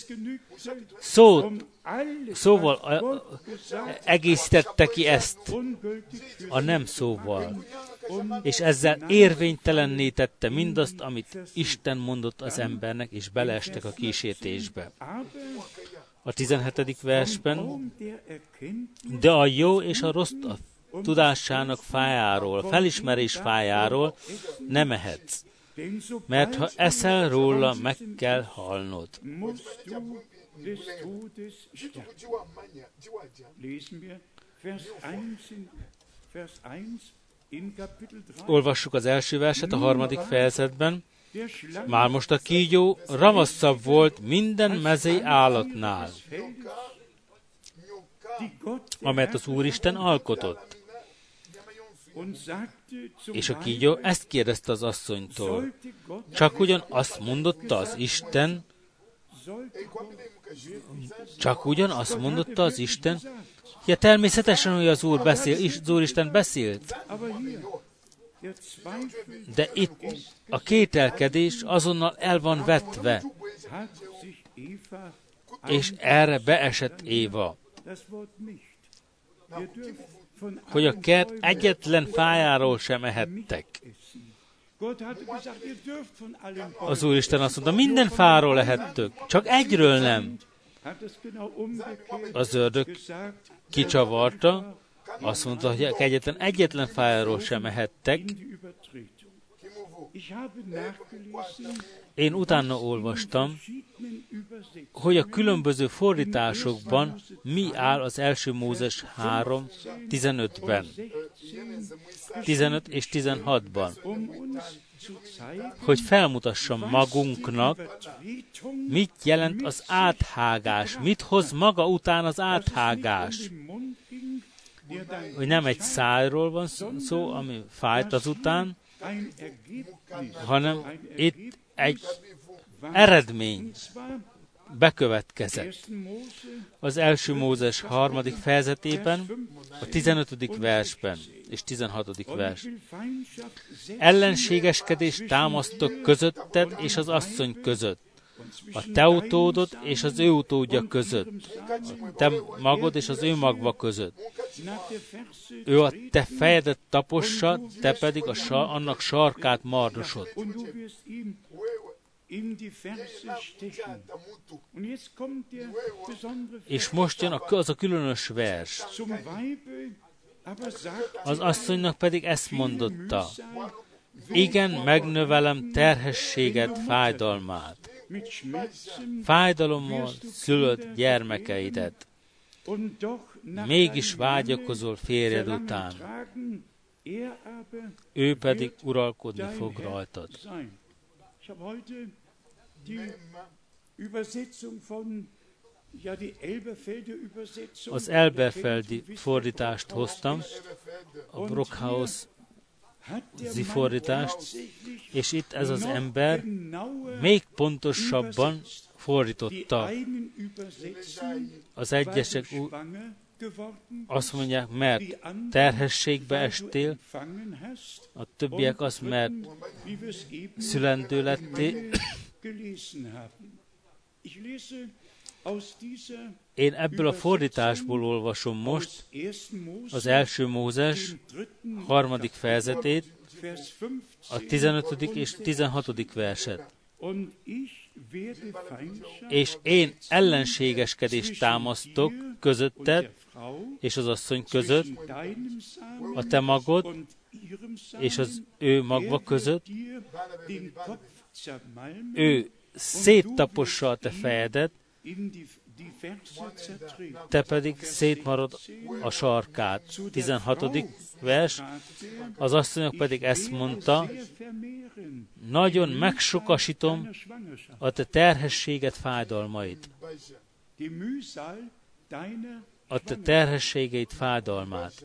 Speaker 1: szóval egészítette ki ezt, a nem szóval. És ezzel érvénytelenné tette mindazt, amit Isten mondott az embernek, és beleestek a kísértésbe. A 17. versben, de a jó és a rossz tudásának fájáról, felismerés fájáról nem ehetsz, mert ha eszel róla, meg kell halnod. Olvassuk az első verset a harmadik fejezetben. Már most a kígyó ravaszabb volt minden mezei állatnál, amelyet az Úristen alkotott. És a kígyó ezt kérdezte az asszonytól. Csak ugyan azt mondotta az Isten, ja, természetesen, hogy az Úristen beszélt. De itt a kételkedés azonnal el van vetve, és erre beesett Éva, hogy a kert egyetlen fájáról sem ehettek. Az Úristen azt mondta, minden fáról ehettök, csak egyről nem. Az ördög kicsavarta, azt mondta, hogy egyetlen fájáról sem ehettek. Én utána olvastam, hogy a különböző fordításokban mi áll az első Mózes 3:15-ben, 15 és 16-ban, hogy felmutassam magunknak, mit jelent az áthágás, mit hoz maga után az áthágás. Hogy nem egy szájról van szó, ami fájt azután, hanem itt egy eredmény bekövetkezett. Az első Mózes 3. fejezetében, a 15. versben és 16. vers. Ellenségeskedést támasztok közötted és az asszony között, a te utódod és az ő utódja között, a te magod és az ő magva között. Ő a te fejedet tapossa, te pedig annak sarkát marnosod. És most jön az a különös vers. Az asszonynak pedig ezt mondotta. Igen, megnövelem terhességet, fájdalmát. Fájdalommal szülött gyermekeidet. Mégis vágyakozol férjed után. Ő pedig uralkodni fog rajtad. Az Elberfeldi fordítást hoztam, a Brockhaus fordítást, és itt ez az ember még pontosabban fordította. Az egyesek azt mondják, mert terhességbe estél, a többiek azt, mert szülendő lettél. Én ebből a fordításból olvasom most az első Mózes 3. fejezetét, a 15. és 16. verset. És én ellenségeskedést támasztok közötted és az asszony között, a te magod és az ő magva között. Ő széttapossa a te fejedet, te pedig szétmarad a sarkát. 16. vers. Az asszonyok pedig ezt mondta, nagyon megsokasítom a te terhességet, fájdalmait. A te terhességeit, fájdalmát.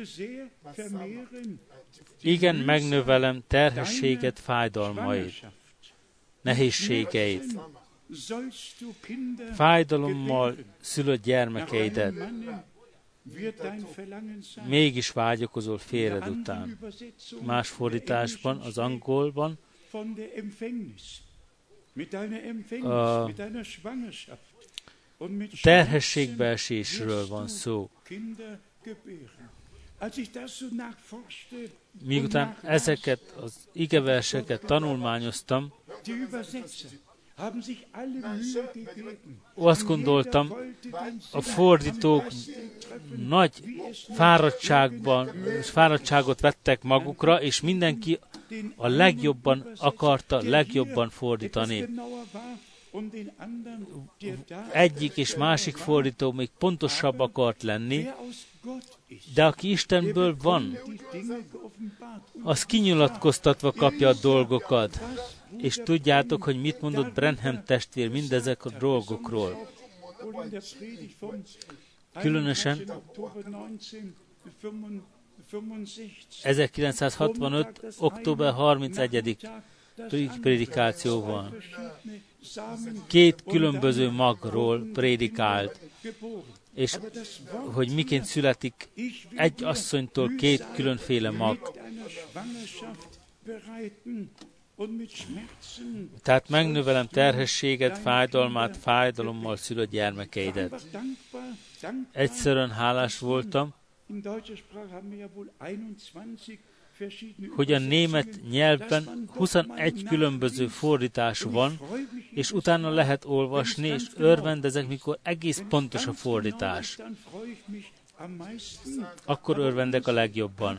Speaker 1: Igen, megnövelem terhességet, fájdalmait, nehézségeit. Fájdalommal szülött gyermekeidet, mégis vágyakozol férjed után. Más fordításban, az angolban, a terhességbeesésről van szó. Miután ezeket az igeverseket tanulmányoztam, azt gondoltam, a fordítók nagy fáradtságot vettek magukra, és mindenki a legjobban akarta legjobban fordítani. Egyik és másik fordító még pontosabb akart lenni, de aki Istenből van, az kinyilatkoztatva kapja a dolgokat. És tudjátok, hogy mit mondott Branham testvér mindezek a dolgokról. Különösen 1965. október 31. prédikációban 2 különböző magról prédikált, és hogy miként születik egy asszonytól 2 különféle mag. Tehát megnövelem terhességet, fájdalmát, fájdalommal szülött gyermekeidet. Egyszerűen hálás voltam, hogy a német nyelvben 21 különböző fordítás van, és utána lehet olvasni, és örvendezek, mikor egész pontos a fordítás. Akkor örvendek a legjobban.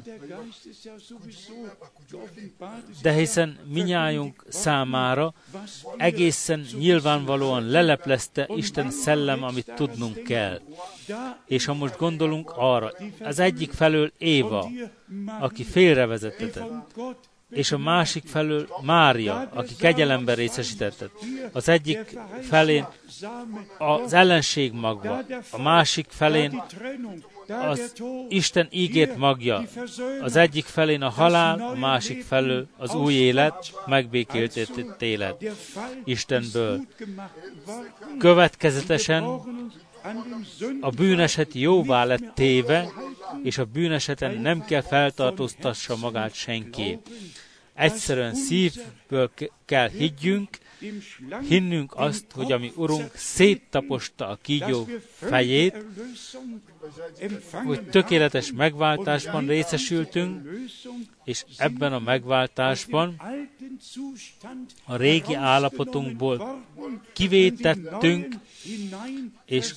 Speaker 1: De hiszen minnyájunk számára egészen nyilvánvalóan leleplezte Isten szellem, amit tudnunk kell. És ha most gondolunk arra, az egyik felől Éva, aki félrevezetett, és a másik felől Mária, aki kegyelemben részesített. Az egyik felén az ellenség magva, a másik felén az Isten ígért magja, az egyik felén a halál, a másik felől az új élet, megbékéltetett élet Istenből. Következetesen a bűneset jóvá lett téve, és a bűneseten nem kell feltartóztassa magát senki. Egyszerűen szívből kell hinnünk azt, hogy a mi Urunk széttaposta a kígyó fejét, hogy tökéletes megváltásban részesültünk, és ebben a megváltásban a régi állapotunkból kivétettünk, és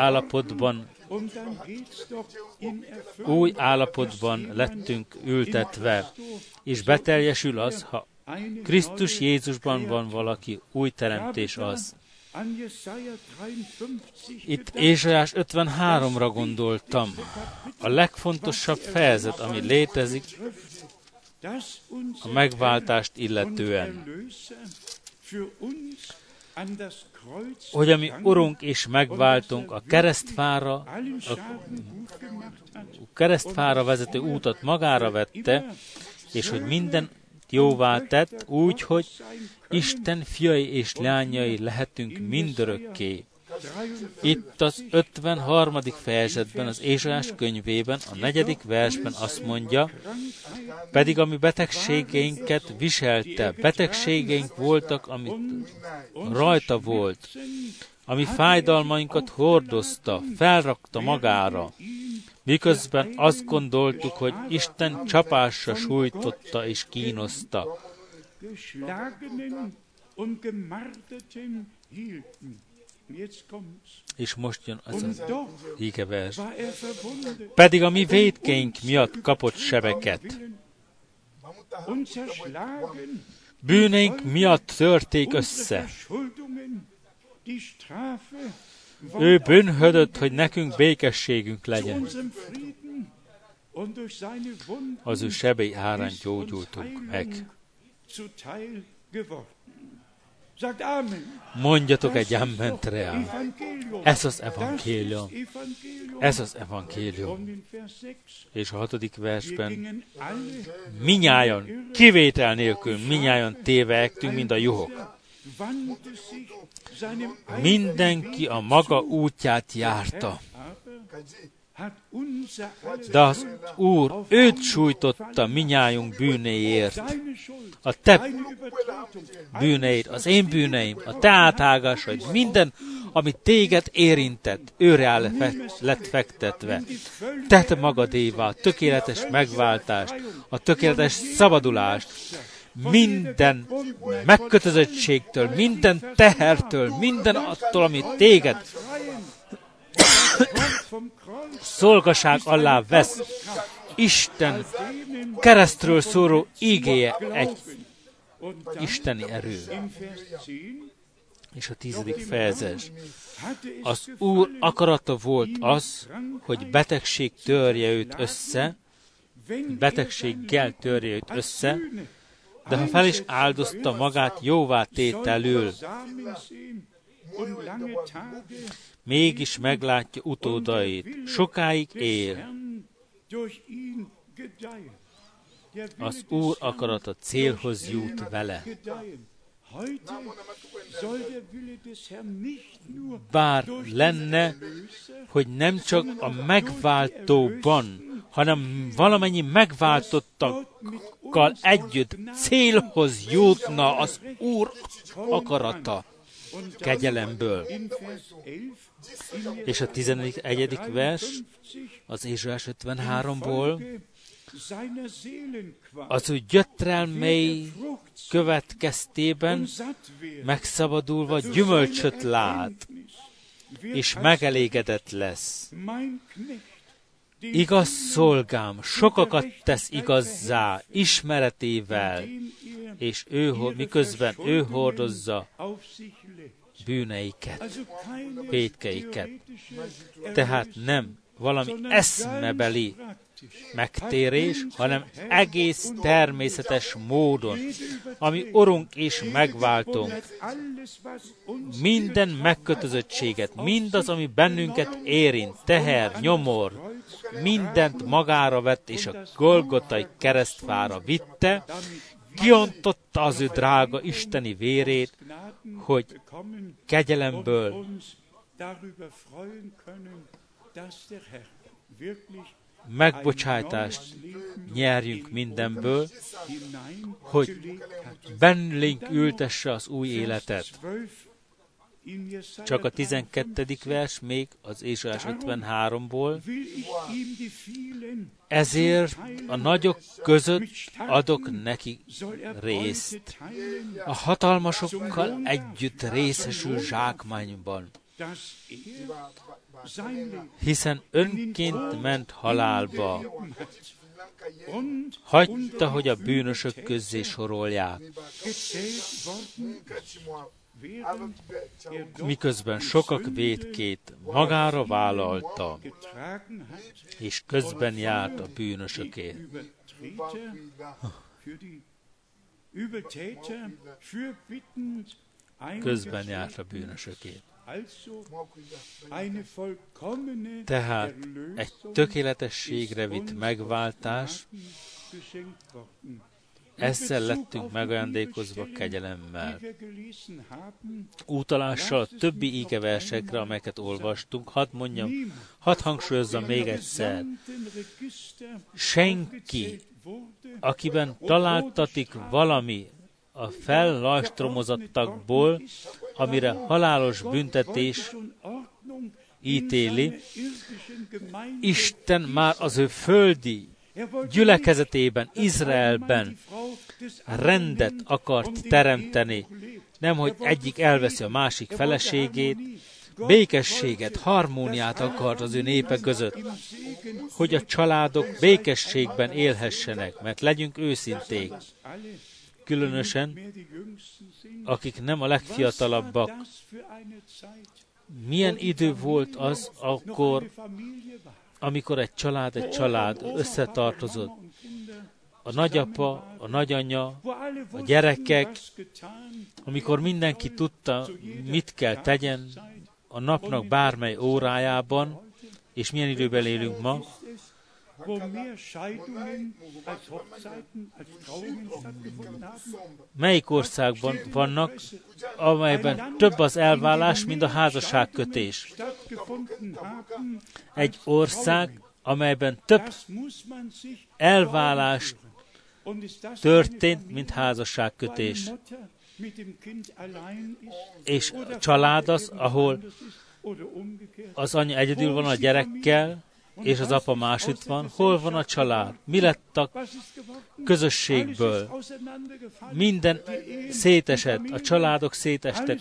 Speaker 1: új állapotban lettünk ültetve, és beteljesül az, ha Krisztus Jézusban van valaki, új teremtés az. Itt Ézsaiás 53-ra gondoltam. A legfontosabb fejezet, ami létezik a megváltást illetően. Hogy a mi Urunk és megváltunk a keresztfára vezető útat magára vette, és hogy minden jóvá tett, úgy, hogy Isten fiai és lányai lehetünk mindörökké. Itt az 53. fejezetben, az Ézsaiás könyvében, a 4. versben azt mondja, pedig a mi betegségeinket viselte, betegségeink voltak, amit rajta volt, ami fájdalmainkat hordozta, felrakta magára, miközben azt gondoltuk, hogy Isten csapásra sújtotta és kínoszta. És most jön az az ígevers. Pedig a mi vétkeink miatt kapott sebeket. Bűneink miatt törték össze. Ő bűnhödött, hogy nekünk békességünk legyen. Az ő sebei árán gyógyultunk meg. Mondjatok egy ament rá. Ez az evangélium. Ez az evangélium. És a 6. versben minnyájan, kivétel nélkül minnyájan téveegtünk, mint a juhok. mindenki a maga útját járta. De az Úr őt sújtotta minnyájunk bűnéért. A te bűneid, az én bűneim, a te áthágásaid, minden, ami téged érintett, őre lett fektetve. Te magadévá a tökéletes megváltást, a tökéletes szabadulást, minden megkötözöttségtől, minden tehertől, minden attól, ami téged szolgaság alá vesz. Isten keresztről szóró ígéje egy isteni erő. És a 10. fejezet. Az Úr akarata volt az, hogy betegség törje őt össze, betegséggel törje őt össze, de ha fel is áldozta magát jóvá tételül, mégis meglátja utódait, sokáig él. Az Úr akarata célhoz jut vele. Bár lenne, hogy nem csak a megváltóban, hanem valamennyi megváltottakkal együtt célhoz jutna az Úr akarata kegyelemből. És a 11. vers az Ézsaiás 53-ból az ő gyötrelmei következtében megszabadulva gyümölcsöt lát, és megelégedett lesz. Igaz szolgám sokakat tesz igazzá ismeretével, és miközben ő hordozza bűneiket, vétkeiket. Tehát nem valami eszmebeli megtérés, hanem egész természetes módon, ami Urunk és megváltunk, minden megkötözöttséget, mindaz, ami bennünket érint, teher, nyomor, mindent magára vett, és a Golgotai keresztfára vitte, kiontotta az ő drága isteni vérét, hogy kegyelemből megbocsájtást nyerjünk mindenből, hogy bennünk ültesse az új életet. Csak a 12. vers még az Ézsaiás 53-ból. Ezért a nagyok között adok neki részt. A hatalmasokkal együtt részesül zsákmányban. Hiszen önként ment halálba. Hagyta, hogy a bűnösök közzé sorolják. Miközben sokak vétkét magára vállalta, és közben járt a bűnösökért. Közben járt a bűnösökért. Tehát egy tökéletességre vitt megváltás, ezzel lettünk megajándékozva kegyelemmel. Utalással a többi ígeversekre, amelyeket olvastunk, hadd hangsúlyozzam még egyszer. Senki, akiben találtatik valami a fellajstromozottakból, amire halálos büntetés ítéli, Isten már az ő földi gyülekezetében, Izraelben rendet akart teremteni, nemhogy egyik elveszi a másik feleségét, békességet, harmóniát akart az ő népe között, hogy a családok békességben élhessenek, mert legyünk őszinték, különösen, akik nem a legfiatalabbak. Milyen idő volt az akkor, amikor egy család összetartozott. A nagyapa, a nagyanya, a gyerekek, amikor mindenki tudta, mit kell tegyen a napnak bármely órájában, és milyen időben élünk ma,
Speaker 2: wo mehr Scheidungen als Hochzeiten, als Trauungen stattgefunden haben?
Speaker 1: Melyik országban vannak, amelyben több az elválás, mint a házasságkötés? Egy ország, amelyben több elválás történt, mint házasságkötés. És a család az, ahol az anya egyedül van a gyerekkel, és az apa másitt van. Hol van a család? Mi lett a közösségből? Minden szétesett, a családok szétestek.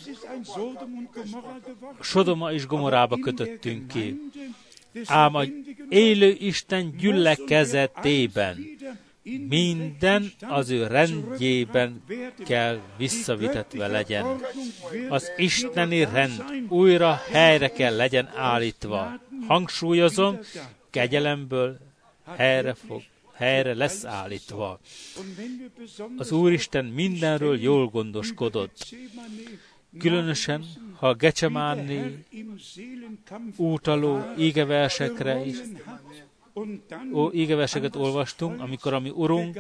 Speaker 1: Sodoma és Gomorába kötöttünk ki. Ám a élő Isten gyülekezetében minden az ő rendjében kell visszavitetve legyen. Az isteni rend újra helyre kell legyen állítva. Hangsúlyozom, kegyelemből helyre lesz állítva. Az Úristen mindenről jól gondoskodott. Különösen, ha a Gecsemáni útaló ígeversekre is ígeverseket olvastunk, amikor a mi Urunk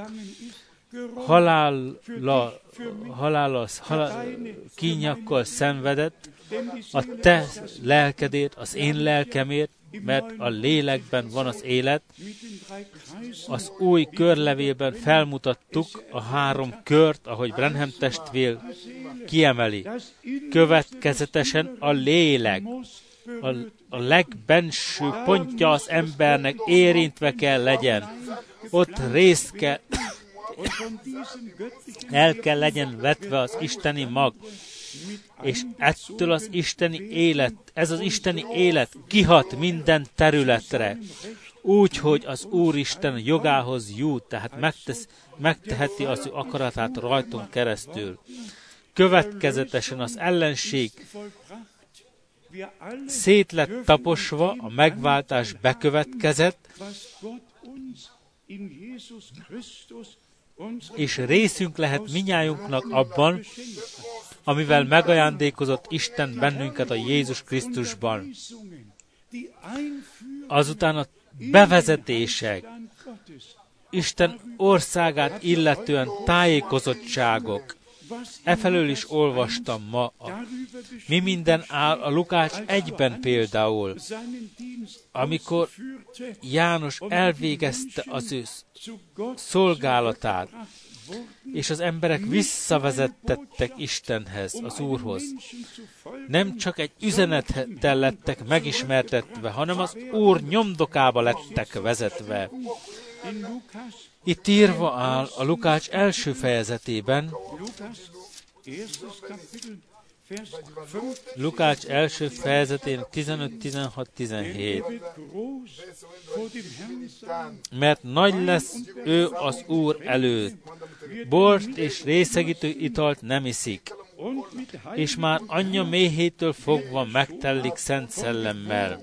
Speaker 1: kínjakkal szenvedett, a te lelkedért, az én lelkemért, mert a lélekben van az élet. Az új körlevélben felmutattuk a 3 kört, ahogy Branham testvér kiemeli. Következetesen a lélek, a legbenső pontja az embernek érintve kell legyen. Ott részt kell, el kell legyen vetve az isteni mag. És ettől az isteni élet, ez az isteni élet kihat minden területre. Úgy, hogy az Úristen jogához jut, tehát megteheti az ő akaratát rajtunk keresztül. Következetesen az ellenség szét lett taposva, a megváltás bekövetkezett, és részünk lehet minnyájunknak abban, amivel megajándékozott Isten bennünket a Jézus Krisztusban. Azután a bevezetések, Isten országát illetően tájékozottságok. Efelől is olvastam ma. Mi minden áll a Lukács 1-ben például, amikor János elvégezte az ő szolgálatát, és az emberek visszavezettettek Istenhez, az Úrhoz. Nem csak egy üzenettel lettek megismertetve, hanem az Úr nyomdokába lettek vezetve. Itt írva áll a Lukács első fejezetében, Lukács első fejezetén 15-16-17. Mert nagy lesz ő az Úr előtt, bort és részegítő italt nem iszik, és már anyja méhétől fogva megtellik Szent Szellemmel.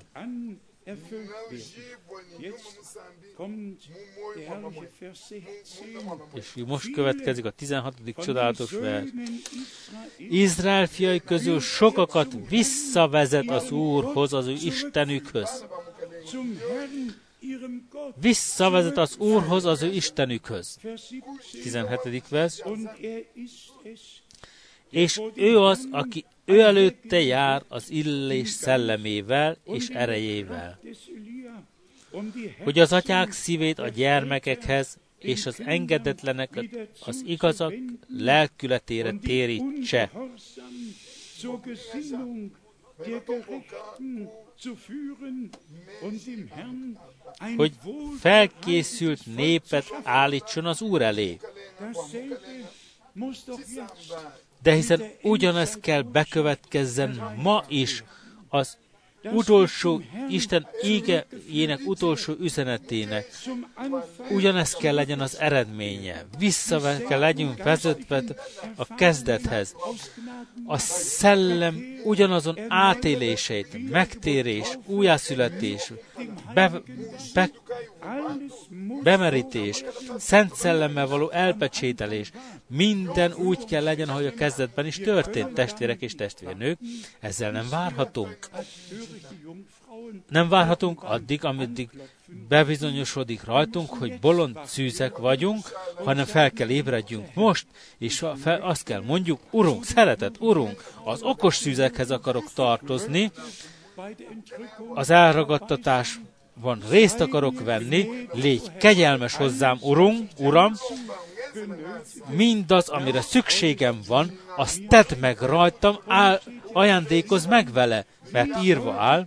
Speaker 1: És most következik a 16. csodálatos vers. Izrael fiai közül sokakat visszavezet az Úrhoz, az ő Istenükhöz. Visszavezet az Úrhoz, az ő Istenükhöz. 17. vers. És ő az, aki ő előtte jár az illés szellemével és erejével, hogy az atyák szívét a gyermekekhez, és az engedetleneket az igazak lelkületére térítse. Hogy felkészült népet állítson az Úr elé. De hiszen ugyanez kell bekövetkezzen ma is az utolsó, Isten ígéjének utolsó üzenetének. Ugyanez kell legyen az eredménye. Vissza kell legyünk vezetve a kezdethez. A szellem ugyanazon átéléseit, megtérés, újjászületés, bemerítés, Szent Szellemmel való elpecsételés, minden úgy kell legyen, ahogy a kezdetben is történt, testvérek és testvérnők. Ezzel nem várhatunk. nem várhatunk addig, ameddig bebizonyosodik rajtunk, hogy bolond szűzek vagyunk, hanem fel kell ébredjünk most, és azt kell mondjuk, Urunk, szeretett Urunk, az okos szűzekhez akarok tartozni, az elragadtatásban részt akarok venni, légy kegyelmes hozzám, Uram, mindaz, amire szükségem van, azt tedd meg rajtam, ajándékozz meg vele, mert írva áll,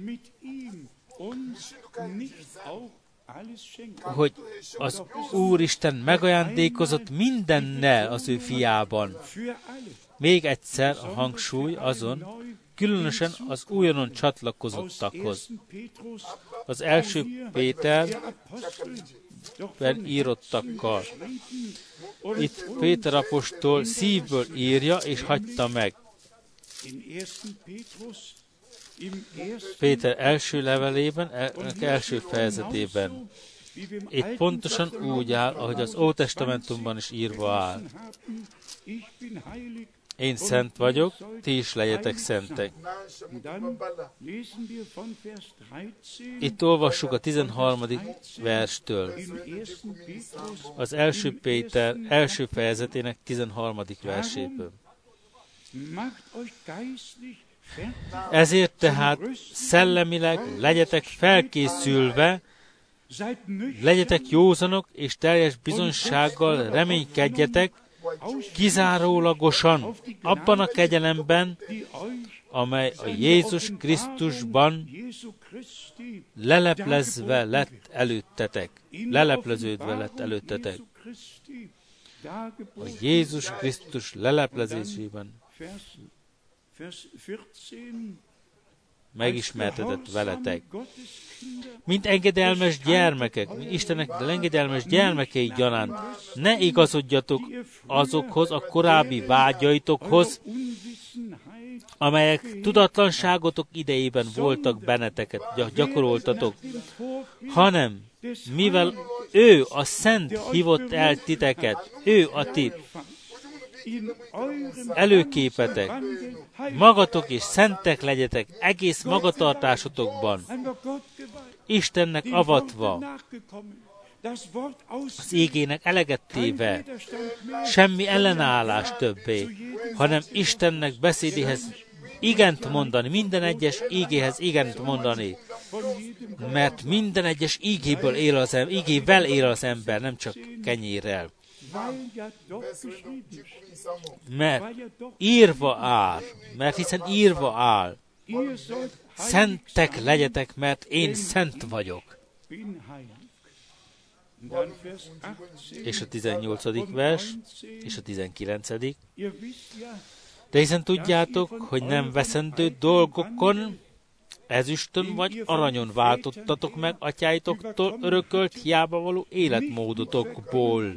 Speaker 1: hogy az Úristen megajándékozott mindennel az ő fiában. Még egyszer a hangsúly azon, különösen az újonnan csatlakozottakhoz. Az első Péterben írottakkal. Itt Péter apostol szívből írja, és hagyta meg. Péter első levelében, első fejezetében. Itt pontosan úgy áll, ahogy az Ótestamentumban is írva áll. Én szent vagyok, ti is legyetek szentek. Itt olvassuk a 13. verstől. Az első Péter első fejezetének 13. verséből. Ezért tehát szellemileg legyetek felkészülve, legyetek józanok, és teljes bizonysággal reménykedjetek, kizárólagosan abban a kegyelemben, amely a Jézus Krisztusban lelepleződve lett előttetek. A Jézus Krisztus leleplezésében megismertetett veletek. Mint engedelmes gyermekek, Istennek engedelmes gyermekei gyanánt, ne igazodjatok azokhoz a korábbi vágyaitokhoz, amelyek tudatlanságotok idejében voltak benneteket, gyakoroltatok, hanem mivel ő a Szent hívott el titeket, ő a ti előképetek, magatok és szentek legyetek egész magatartásotokban, Istennek avatva, az ígének eleget téve, semmi ellenállás többé, hanem Istennek beszédéhez igent mondani, minden egyes ígéhez igent mondani, mert minden egyes ígével él az ember, nem csak kenyérrel. Mert hiszen írva áll, szentek legyetek, mert én szent vagyok. És a 18. vers, és a 19. De hiszen tudjátok, hogy nem veszendő dolgokon, ezüstön vagy aranyon váltottatok meg atyáitoktól örökölt hiába való életmódotokból.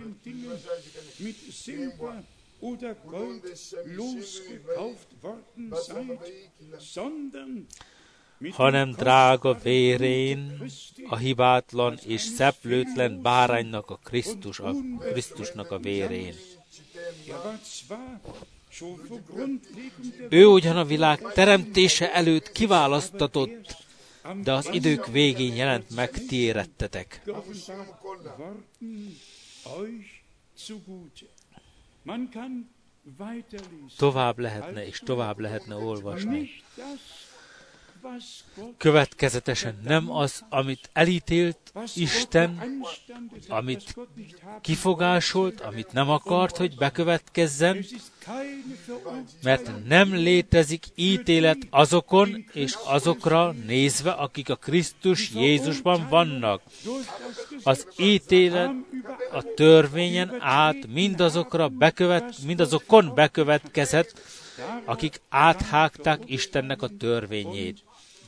Speaker 1: Hanem drága vérén, a hibátlan és szeplőtlen báránynak a Krisztusnak a vérén. Ő ugyan a világ teremtése előtt kiválasztatott, de az idők végén jelent meg, ti érettetek. Tovább lehetne olvasni. Következetesen nem az, amit elítélt Isten, amit kifogásolt, amit nem akart, hogy bekövetkezzen, mert nem létezik ítélet azokon és azokra nézve, akik a Krisztus Jézusban vannak. Az ítélet a törvényen át mindazokon bekövetkezett, akik áthágták Istennek a törvényét.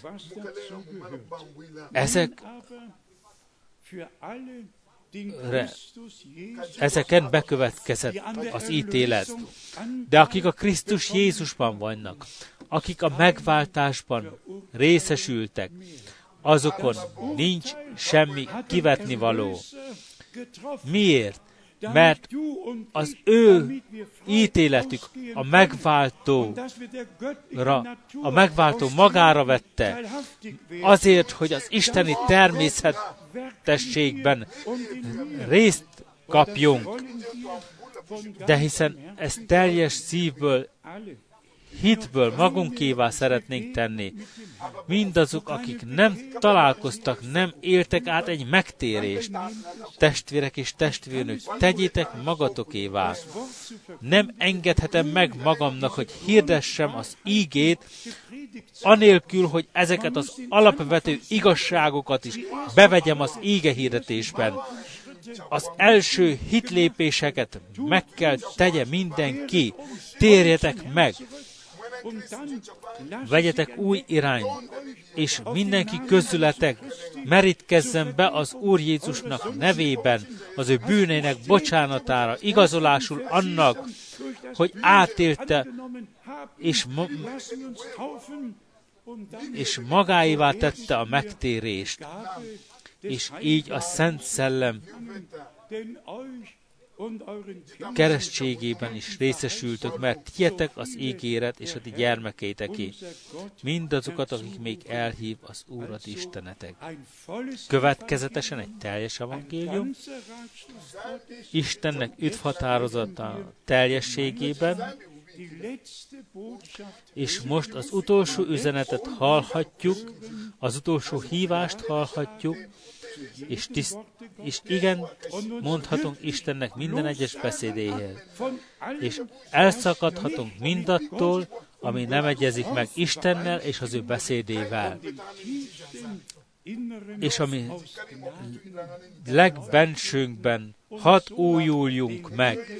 Speaker 1: Ezeken bekövetkezett az ítélet. De akik a Krisztus Jézusban vannak, akik a megváltásban részesültek, azokon nincs semmi kivetnivaló. Miért? mert az ő ítéletük a megváltó magára vette, azért, hogy az isteni természetességben részt kapjunk. De hiszen ezt teljes szívből, hitből magunkévá szeretnénk tenni. Mindazok, akik nem találkoztak, nem éltek át egy megtérést. Testvérek és testvérnők, tegyétek magatokévá. Nem engedhetem meg magamnak, hogy hirdessem az ígét, anélkül, hogy ezeket az alapvető igazságokat is bevegyem az íge hirdetésben. Az első hitlépéseket meg kell tegye mindenki. Térjetek meg! Vegyetek új irányt, és mindenki közületek merítkezzen be az Úr Jézusnak nevében, az ő bűnének bocsánatára, igazolásul annak, hogy átélte, és magáévá tette a megtérést, és így a Szent Szellem keresztségében is részesültök, mert tietek az ígéret, és a ti gyermekeiteké. Mindazokat, akik még elhív az Úr a ti Istenetek. Következetesen egy teljes evangélium, Istennek üdvhatározata teljességében, és most az utolsó üzenetet hallhatjuk, az utolsó hívást hallhatjuk, és igen, mondhatunk Istennek minden egyes beszédéhez. És elszakadhatunk mindattól, ami nem egyezik meg Istennel és az ő beszédével. És ami legbensőnkben hadd újuljunk meg,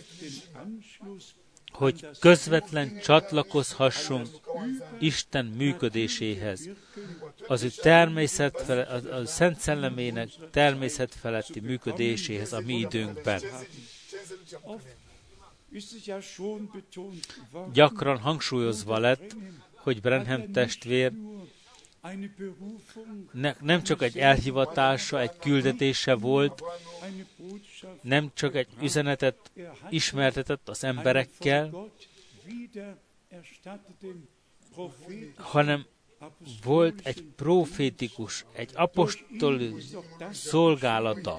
Speaker 1: hogy közvetlen csatlakozhassunk Isten működéséhez, az ő a Szent Szellemének természetfeletti működéséhez a mi időnkben. Gyakran hangsúlyozva lett, hogy Branham testvér nem csak egy elhivatása, egy küldetése volt, nem csak egy üzenetet ismertetett az emberekkel, hanem volt egy profétikus, egy apostoli szolgálata.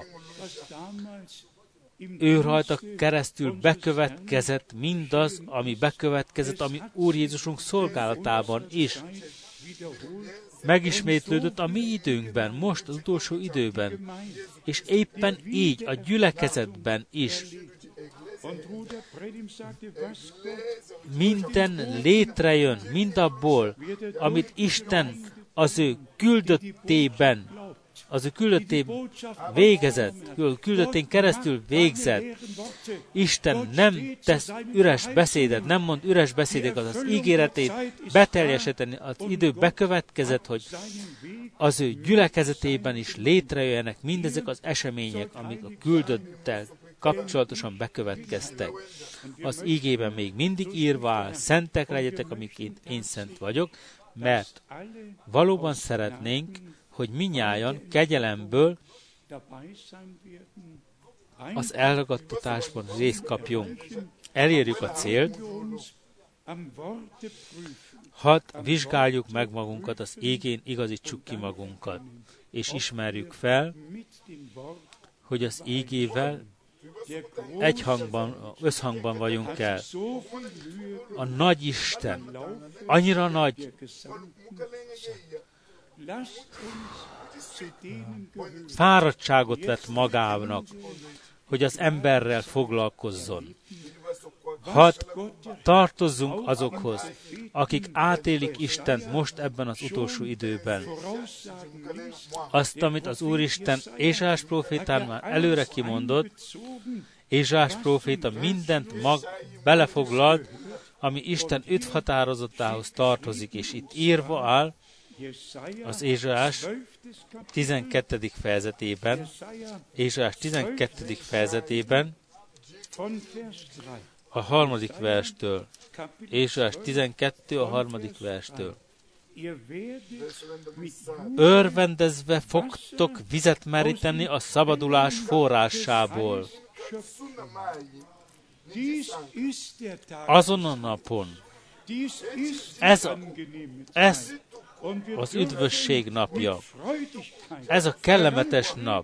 Speaker 1: Ő rajta keresztül bekövetkezett mindaz, ami bekövetkezett, ami Úr Jézusunk szolgálatában is. Megismétlődött a mi időnkben, most az utolsó időben, és éppen így a gyülekezetben is. Minden létrejön, mindabból, amit Isten az ő küldöttében végezett, küldöttén keresztül végzett. Isten nem tesz üres beszédet, nem mond üres beszédeket, az ígéretét beteljesíteni, az idő bekövetkezett, hogy az ő gyülekezetében is létrejöjjenek mindezek az események, amik a küldöttel kapcsolatosan bekövetkeztek. Az ígében még mindig írva áll, szentek legyetek, amik én szent vagyok, mert valóban szeretnénk, hogy minnyájan kegyelemből az elragadtatásban részt kapjunk. Elérjük a célt, hadd vizsgáljuk meg magunkat, az égén igazítsuk ki magunkat, és ismerjük fel, hogy az ígével összhangban vagyunk el. A nagy Isten, annyira nagy, fáradtságot vett magának, hogy az emberrel foglalkozzon. Hadd tartozzunk azokhoz, akik átélik Istent most ebben az utolsó időben. Azt, amit az Úristen Ézsaiás prófétán már előre kimondott, Ézsaiás próféta mindent belefoglalt, ami Isten üdvhatározatához tartozik, és itt írva áll, az Ézsaiás 12. fejezetében, a 3. verstől, Ézsaiás 12. a 3. verstől. Örvendezve fogtok vizet meríteni a szabadulás forrásából. Azon a napon, ez az üdvösség napja, ez a kellemetes nap,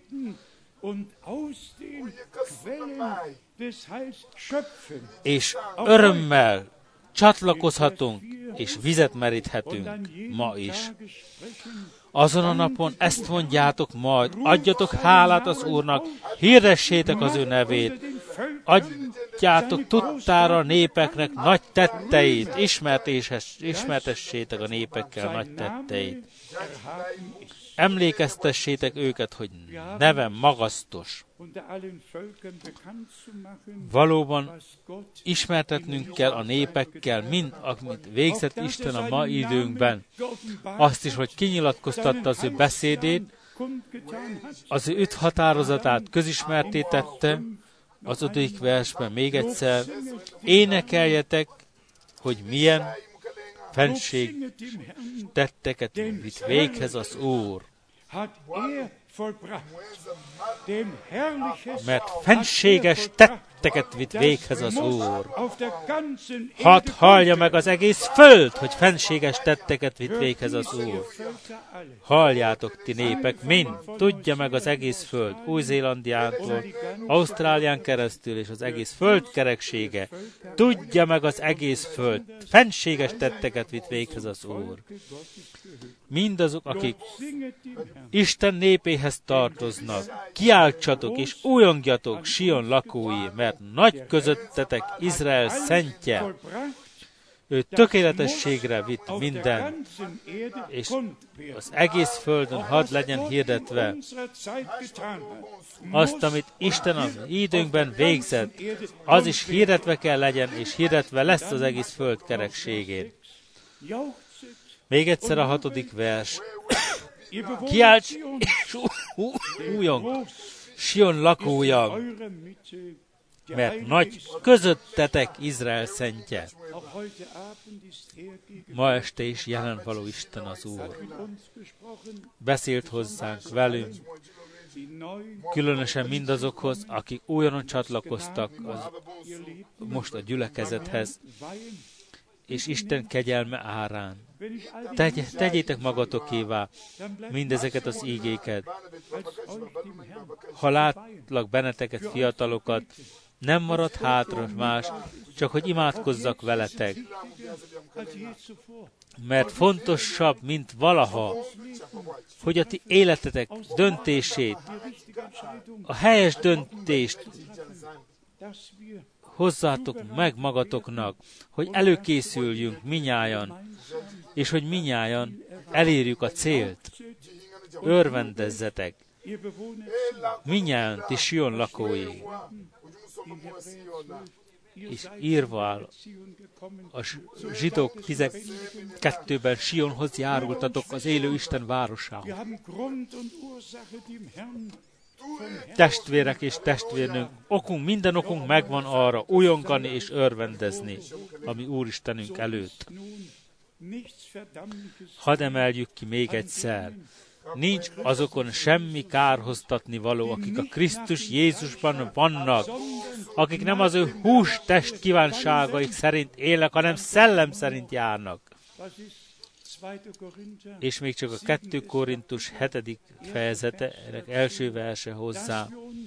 Speaker 1: és örömmel csatlakozhatunk, és vizet meríthetünk ma is. Azon a napon ezt mondjátok majd, adjatok hálát az Úrnak, hirdessétek az ő nevét, adjátok tudtára a népeknek nagy tetteit, ismertessétek a népekkel nagy tetteit. Emlékeztessétek őket, hogy nevem magasztos. Valóban ismertetnünk kell a népekkel mind, amit végzett Isten a ma időnkben. Azt is, hogy kinyilatkoztatta az ő beszédét, az ő öt határozatát közismerté tette, az 5. versben még egyszer, énekeljetek, hogy milyen fenség tetteket vitt véghez az Úr. Mert fenséges tetteket vitt véghez az Úr. Hadd hallja meg az egész föld, hogy fenséges tetteket vitt véghez az Úr. Halljátok, ti népek, mind, tudja meg az egész föld, Új-Zélandiától, Ausztrálián keresztül, és az egész föld kereksége. Tudja meg az egész föld, fenséges tetteket vitt véghez az Úr. Mindazok, akik Isten népéhez tartoznak, kiáltsatok és újongjatok, Sion lakói, mert nagy közöttetek Izrael szentje. Ő tökéletességre vitt minden, és az egész földön hadd legyen hirdetve azt, amit Isten az időnkben végzett, az is hirdetve kell legyen, és hirdetve lesz az egész föld kerekségén. Még egyszer a 6. vers. Kiálts és újong, Sion lakója, mert nagy közöttetek Izrael szentje. Ma este is jelen való Isten az Úr. Beszélt hozzánk velünk, különösen mindazokhoz, akik újonnan csatlakoztak most a gyülekezethez, és Isten kegyelme árán. Tegyétek magatokévá mindezeket az ígéket. Ha látlak benneteket, fiatalokat, nem marad hátra más, csak hogy imádkozzak veletek. Mert fontosabb, mint valaha, hogy a ti életetek döntését, a helyes döntést hozzátok meg magatoknak, hogy előkészüljünk minnyájan, és hogy minnyájan elérjük a célt. Örvendezzetek, minnyájan ti Sion lakói. És írva áll a Zsidók 12-ben, Sionhoz járultatok, az élő Isten városához. Testvérek és testvérnők, minden okunk megvan arra, újongani és örvendezni, ami Úristenünk előtt. Hadd emeljük ki még egyszer, nincs azokon semmi kárhoztatni való, akik a Krisztus Jézusban vannak, akik nem az ő hústest kívánságaik szerint élnek, hanem szellem szerint járnak. És még csak a 2 Korintus 7. fejezete, ennek első verse hozzá,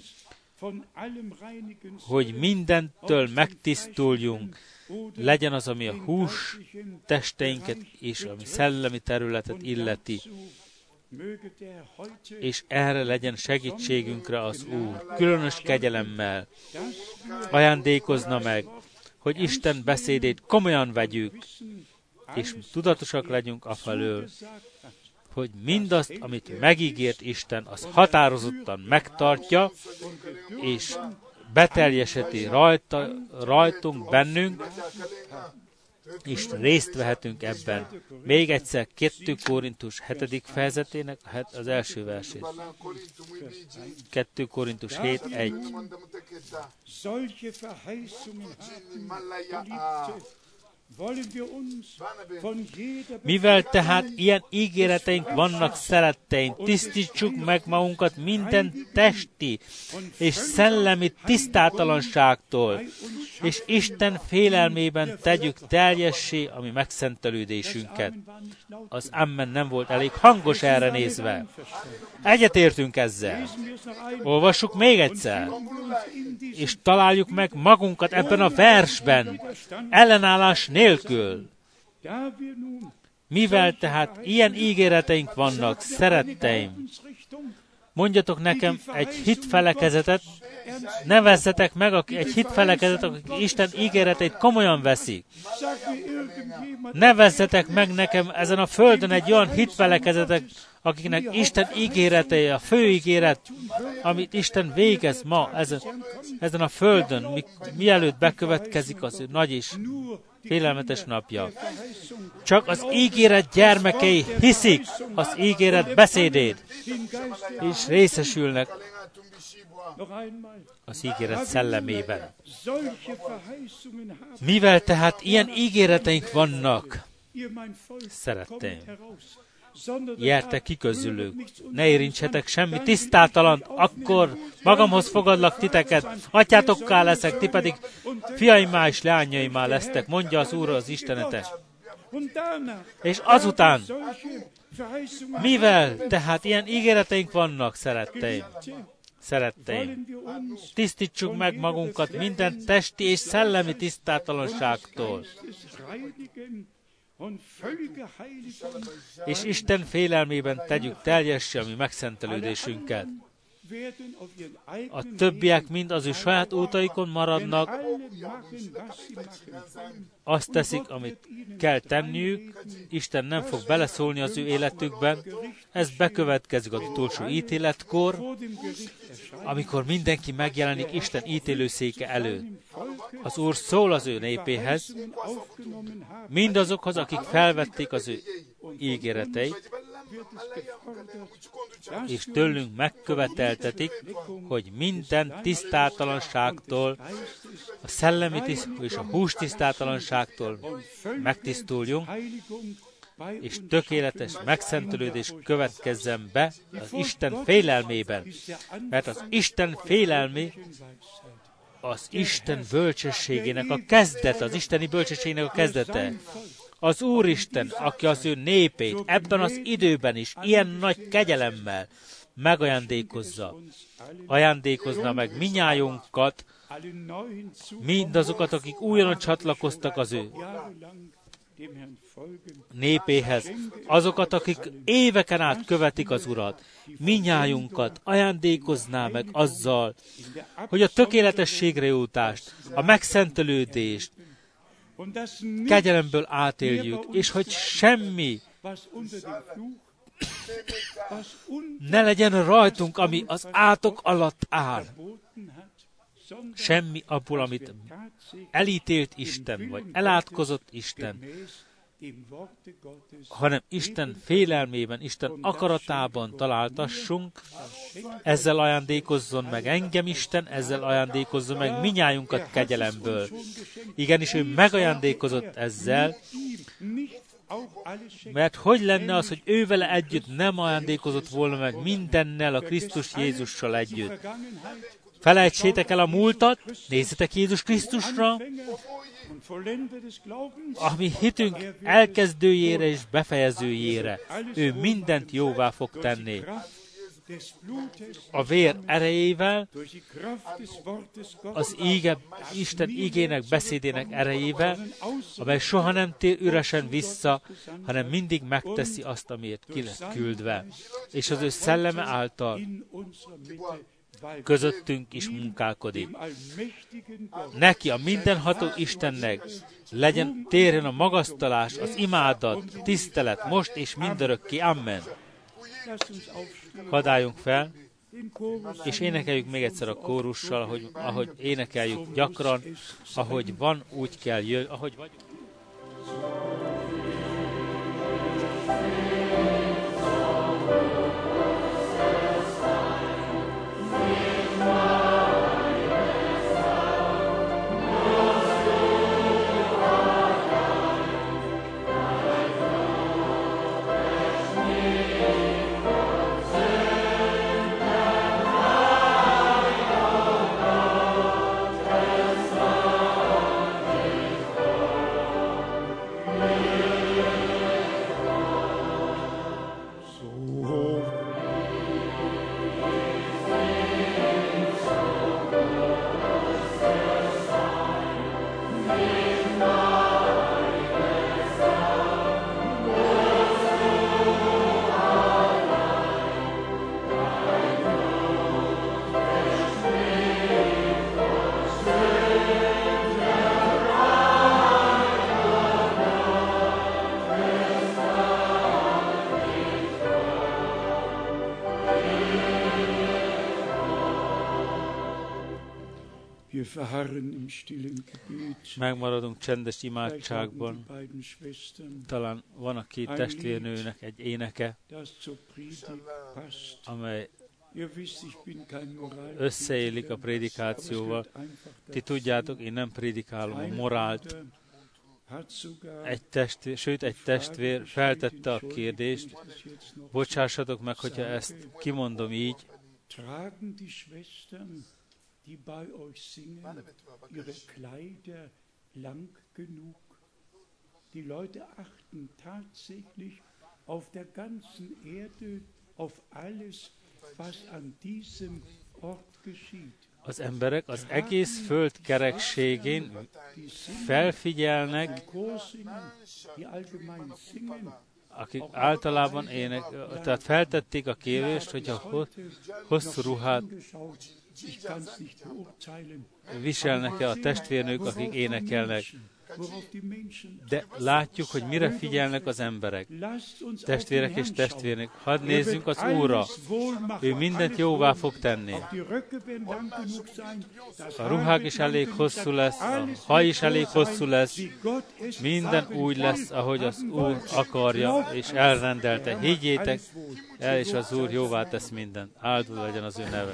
Speaker 1: hogy mindentől megtisztuljunk, legyen az, ami a hús testeinket és ami szellemi területet illeti, és erre legyen segítségünkre az Úr, különös kegyelemmel ajándékozna meg, hogy Isten beszédét komolyan vegyük, és tudatosak legyünk afelől, hogy mindazt, amit megígért Isten, az határozottan megtartja, és beteljesíti rajtunk, bennünk, és részt vehetünk ebben. Még egyszer 2 Korintus 7. fejezetének az első versét. 2 Korintus 7:1. Mivel tehát ilyen ígéreteink vannak, szeretteim, tisztítsuk meg magunkat minden testi és szellemi tisztátalanságtól, és Isten félelmében tegyük teljessé a mi megszentelődésünket. Az amen nem volt elég hangos erre nézve. Egyetértünk ezzel. Olvassuk még egyszer, és találjuk meg magunkat ebben a versben, ellenállás nélkül. Mivel tehát ilyen ígéreteink vannak, szeretteim, mondjatok nekem egy hitfelekezetet, nevezzetek meg egy hitfelekezetet, akik Isten ígéreteit komolyan veszik. Nevezzetek meg nekem ezen a földön egy olyan hitfelekezetet, akiknek Isten ígéretei, a fő ígéret, amit Isten végez ma ezen a földön, mielőtt bekövetkezik az ő nagy és félelmetes napja. Csak az ígéret gyermekei hiszik az ígéret beszédét, és részesülnek az ígéret szellemében. Mivel tehát ilyen ígéreteink vannak, szeretteim, jertek ki közülük, ne érintsetek semmi tisztátalant, akkor magamhoz fogadlak titeket, atyátokká leszek, ti pedig fiaimmá és leányaimá lesztek, mondja az Úr az Istenetek. És azután, mivel tehát ilyen ígéreteink vannak, szeretteim, tisztítsuk meg magunkat minden testi és szellemi tisztátalanságtól, és Isten félelmében tegyük teljessé a mi megszentelődésünket. A többiek mind az ő saját útaikon maradnak, azt teszik, amit kell tenniük, Isten nem fog beleszólni az ő életükben, ez bekövetkezik az utolsó ítéletkor, amikor mindenki megjelenik Isten ítélőszéke előtt. Az Úr szól az ő népéhez, mindazokhoz, akik felvették az ő ígéreteit, és tőlünk megköveteltetik, hogy minden tisztátalanságtól, a szellemi és a hús tisztátalanságtól megtisztuljunk, és tökéletes megszentelődés következzen be az Isten félelmében. Mert az Isten félelmi az Isten bölcsességének a kezdete, az isteni bölcsességének a kezdete. Az Úristen, aki az ő népét ebben az időben is ilyen nagy kegyelemmel ajándékozna meg minnyájunkat, mindazokat, akik újonnan csatlakoztak az ő népéhez, azokat, akik éveken át követik az Urat, minnyájunkat ajándékozná meg azzal, hogy a tökéletességre jutást, a megszentelődést kegyelemből átéljük, és hogy semmi ne legyen rajtunk, ami az átok alatt áll. Semmi abból, amit elítélt Isten, vagy elátkozott Isten, hanem Isten félelmében, Isten akaratában találtassunk, ezzel ajándékozzon meg engem Isten, ezzel ajándékozzon meg minnyájunkat kegyelemből. Igenis, ő megajándékozott ezzel, mert hogy lenne az, hogy ő vele együtt nem ajándékozott volna meg mindennel a Krisztus Jézussal együtt. Felejtsétek el a múltat, nézzetek Jézus Krisztusra, ami hitünk elkezdőjére és befejezőjére. Ő mindent jóvá fog tenni. A vér erejével, az Isten igének, beszédének erejével, amely soha nem tér üresen vissza, hanem mindig megteszi azt, amiért ki lett küldve. És az ő szelleme által közöttünk is munkálkodik. Neki, a mindenható Istennek térjen a magasztalás, az imádat, a tisztelet most és mindörökké. Amen. Hadd álljunk fel, és énekeljük még egyszer a kórussal, ahogy énekeljük gyakran, ahogy van, úgy kell jöjjön, ahogy vagyunk.
Speaker 2: Wir verharren im stillen Gebet.
Speaker 1: Megmaradunk csendes
Speaker 2: Vielleicht haben
Speaker 1: imádságban.
Speaker 2: die beiden Schwestern
Speaker 1: Talán van a két testvérnőnek egy éneke,
Speaker 2: das zur Predigt passt.
Speaker 1: amely
Speaker 2: Ihr wisst, ich bin kein Moralkritiker,
Speaker 1: összeillik a
Speaker 2: aber es
Speaker 1: prédikációval.
Speaker 2: gehört einfach
Speaker 1: Ti
Speaker 2: dazu.
Speaker 1: tudjátok, én nem prédikálom a
Speaker 2: Ein
Speaker 1: morált.
Speaker 2: Bruder hat sogar
Speaker 1: Egy testvér feltette a kérdést, bocsássatok meg, hogyha ezt kimondom így,
Speaker 2: Tragen die Schwestern, die bei euch singen, ihre Kleider lang genug? Die Leute achten tatsächlich auf der ganzen Erde, auf alles, was an diesem Ort geschieht.
Speaker 1: az emberek az egész föld kerekségén felfigyelnek,
Speaker 2: Die Chor singen, die allgemein singen.
Speaker 1: akik általában tehát feltették a kérdést, hogyha hosszú ruhát
Speaker 2: Ich kann's nicht beurteilen.
Speaker 1: viselnek-e a testvérnők, akik énekelnek.
Speaker 2: Worauf die Menschen
Speaker 1: De látjuk, hogy mire figyelnek az emberek. Testvérek és testvérnök, hadd nézzünk az Úrra. Ő mindent jóvá fog tenni. A ruhák is elég hosszú lesz, a haj is elég hosszú lesz, minden úgy lesz, ahogy az Úr akarja, és elrendelte. Higgyétek el, és az Úr jóvá tesz mindent. Áldva legyen az ő neve.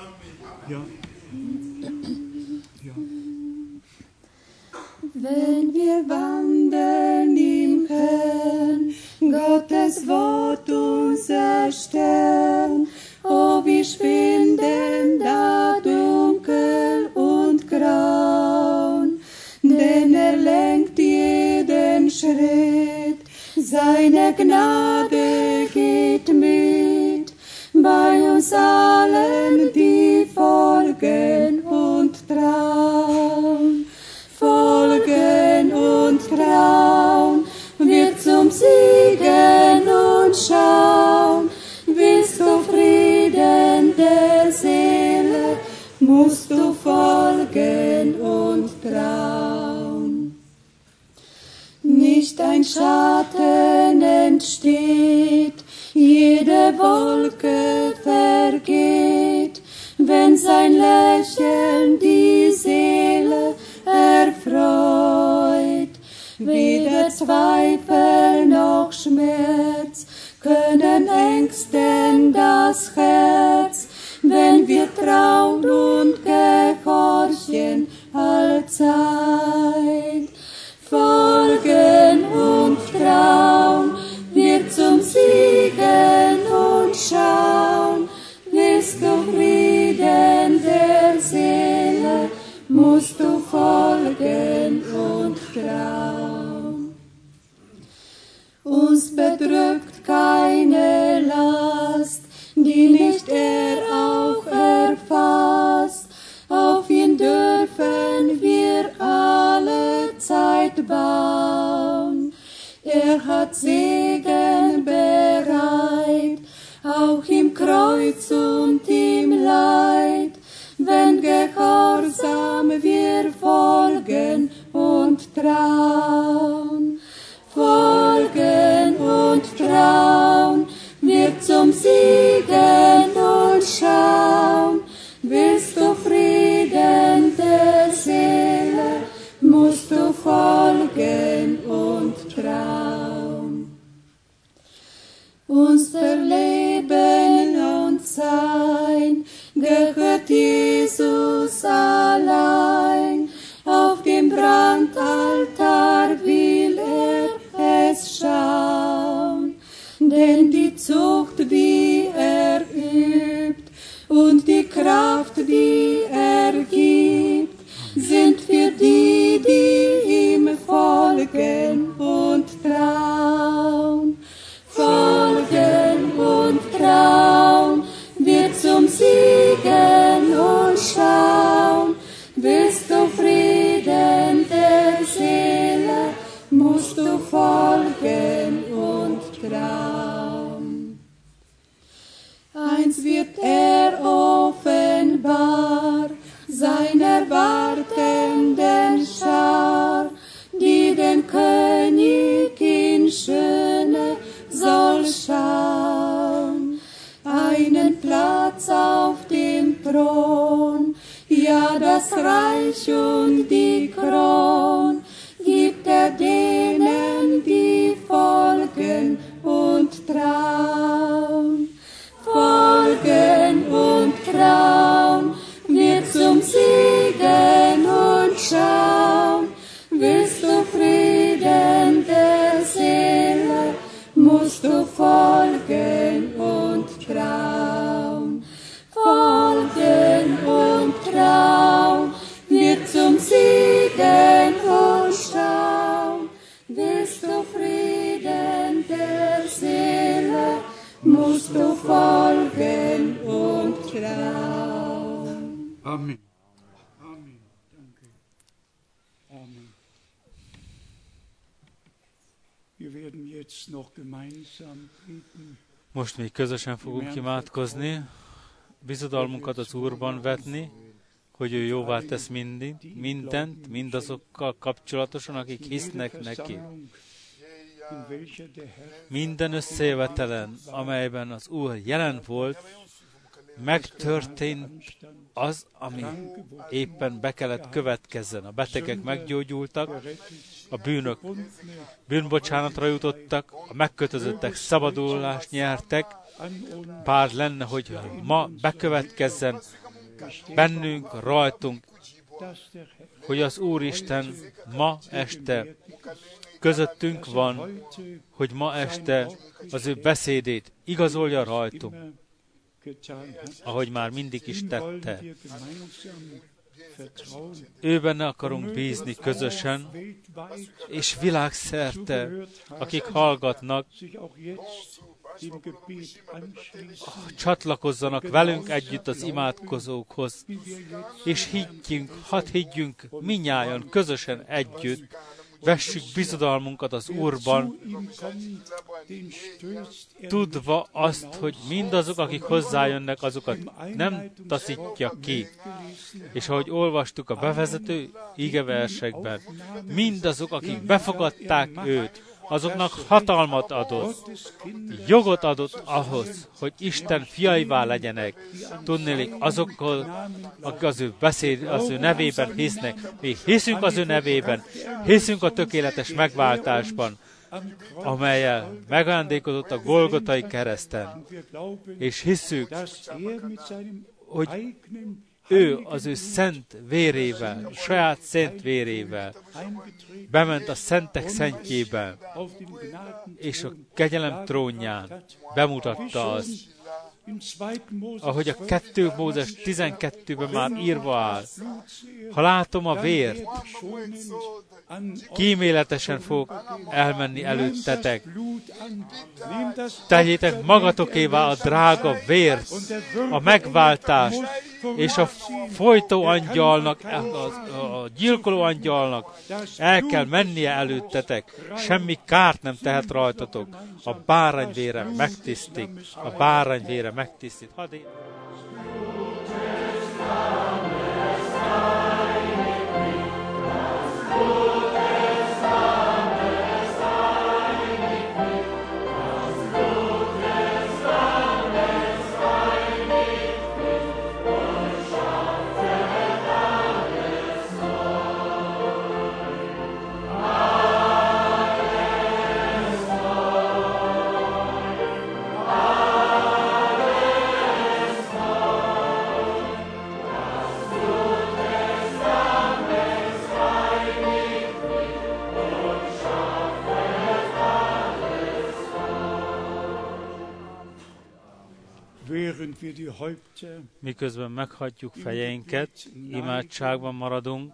Speaker 3: Wenn wir wandeln im Herrn, Gottes Wort unser Stern, oh, wir schwinden da dunkel und graun, denn lenkt jeden Schritt, seine Gnade geht mit, bei uns allen, die folgen und trauen. Folgen und trauen, wird zum Siegen und schauen. Willst du Frieden der Seele, musst du folgen und trauen. Nicht ein Schatten entsteht, jede Wolke vergeht, wenn sein Lächeln die Seele erfreut. Weder Zweifel noch Schmerz können ängsten das Herz, wenn wir trauen und gehorchen allzeit. Folgen und trauen, wird zum Siegen und schauen. Willst du Frieden der Seele, musst du folgen und trauen. Uns bedrückt keine Last, die nicht er auch erfasst. Auf ihn dürfen wir alle Zeit bauen. Er hat Segen bereit, auch im Kreuz und im Leid, wenn gehorsam wir folgen und trauen. Folgen und trauen, wird zum Siegen und schauen. Willst du Frieden der Seele, musst du folgen und trauen. Unser Leben und Sein gehört Jesus allein. Auf dem Brandaltar will er es schauen. Denn die Zucht, die er übt, und die Kraft, die er gibt, sind für die, die ihm folgen und trauen. Folgen und trauen, wird zum Siegen und schauen. Willst du Frieden der Seele, musst du folgen und trauen. Eins wird er offenbar, seiner wartenden Schar, die den König in Schöne soll schauen. Einen Platz auf dem Thron, ja, das das Reich und die Kron gibt denen, die folgen und trauen. Folgen und trauen, wird zum Siegen und schauen. Willst du Frieden der Seele, musst du folgen und trauen. Folgen und trauen, wird zum Siegen und schauen. Willst du Frieden der Seele, musst du folgen und trauen.
Speaker 2: Amen. Amen. Danke. Amen. Wir werden jetzt noch gemeinsam beten.
Speaker 1: Most még közösen fogunk imádkozni, bizodalmunkat az Úrban vetni, hogy ő jóvá tesz mindent, mindazokkal kapcsolatosan, akik hisznek neki. Minden összejövetelen, amelyben az Úr jelen volt, megtörtént az, ami éppen be kellett következzen. A betegek meggyógyultak, a bűnbocsánatra jutottak, a megkötözöttek szabadulást nyertek, bár lenne, hogy ma bekövetkezzen bennünk, rajtunk, hogy az Úristen ma este közöttünk van, hogy ma este az ő beszédét igazolja rajtunk, ahogy már mindig is tette. Ő benne akarunk bízni közösen, és világszerte, akik hallgatnak, csatlakozzanak velünk együtt az imádkozókhoz, és hadd higgyünk minnyájan közösen együtt, vessük bizodalmunkat az Úrban, tudva azt, hogy mindazok, akik hozzájönnek, azokat nem taszítja ki. És ahogy olvastuk a bevezető igeversekben, mindazok, akik befogadták őt, azoknak hatalmat adott, jogot adott ahhoz, hogy Isten fiaivá legyenek. Tudnélik azokkal, akik az ő nevében hisznek. Mi hiszünk az ő nevében, hiszünk a tökéletes megváltásban, amellyel megajándékozott a Golgotai kereszten. És hiszük, hogy ő az ő szent vérével, saját szent vérével bement a szentek szentjébe, és a kegyelem trónján bemutatta azt, ahogy a 2 Mózes 12-ben már írva áll. Ha látom a vért, kíméletesen fogok elmenni előttetek. Tegyétek magatokévá a drága vért, a megváltást, és a folytó angyalnak, a gyilkoló angyalnak el kell mennie előttetek. Semmi kárt nem tehet rajtatok. A bárányvére megtisztít. A bárányvére megtisztít. Miközben meghagyjuk fejeinket, imádságban maradunk,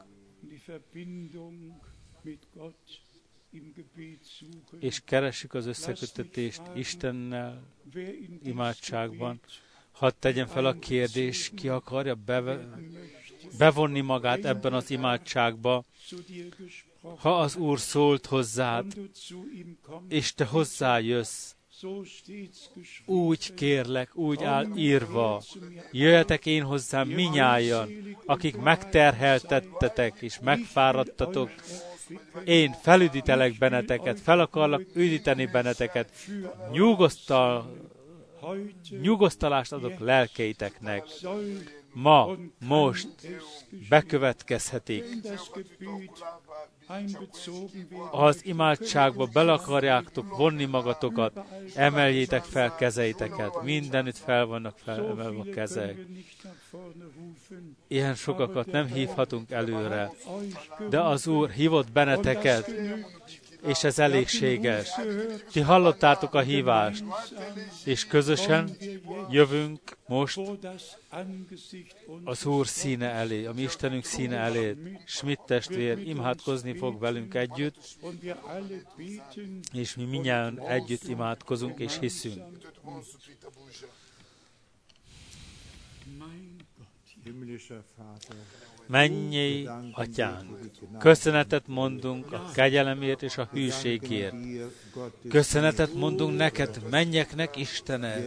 Speaker 1: és keressük az összekötetést Istennel imádságban. Hadd tegyen fel a kérdés, ki akarja bevonni magát ebben az imádságba. Ha az Úr szólt hozzád, és te hozzájössz, úgy kérlek, úgy áll írva, jöjjetek én hozzám minnyájan, akik megterheltettetek és megfáradtatok, én felüdítelek benneteket, fel akarlak üdíteni benneteket, nyugosztalást adok lelkeiteknek. ma, most bekövetkezhetik. Ha az imádságba bele akarjátok vonni magatokat, emeljétek fel kezeiteket. Mindenütt fel vannak emelve a kezek. Ilyen sokakat nem hívhatunk előre, de az Úr hívott benneteket, és ez elégséges. Ti hallottátok a hívást, és közösen jövünk most az Úr színe elé, a mi Istenünk színe elé. Schmidt testvér imádkozni fog velünk együtt, és mi mindjárt együtt imádkozunk és hiszünk. Mennyei Atyánk, köszönetet mondunk a kegyelemért és a hűségért. Köszönetet mondunk neked, mennyeknek Istene,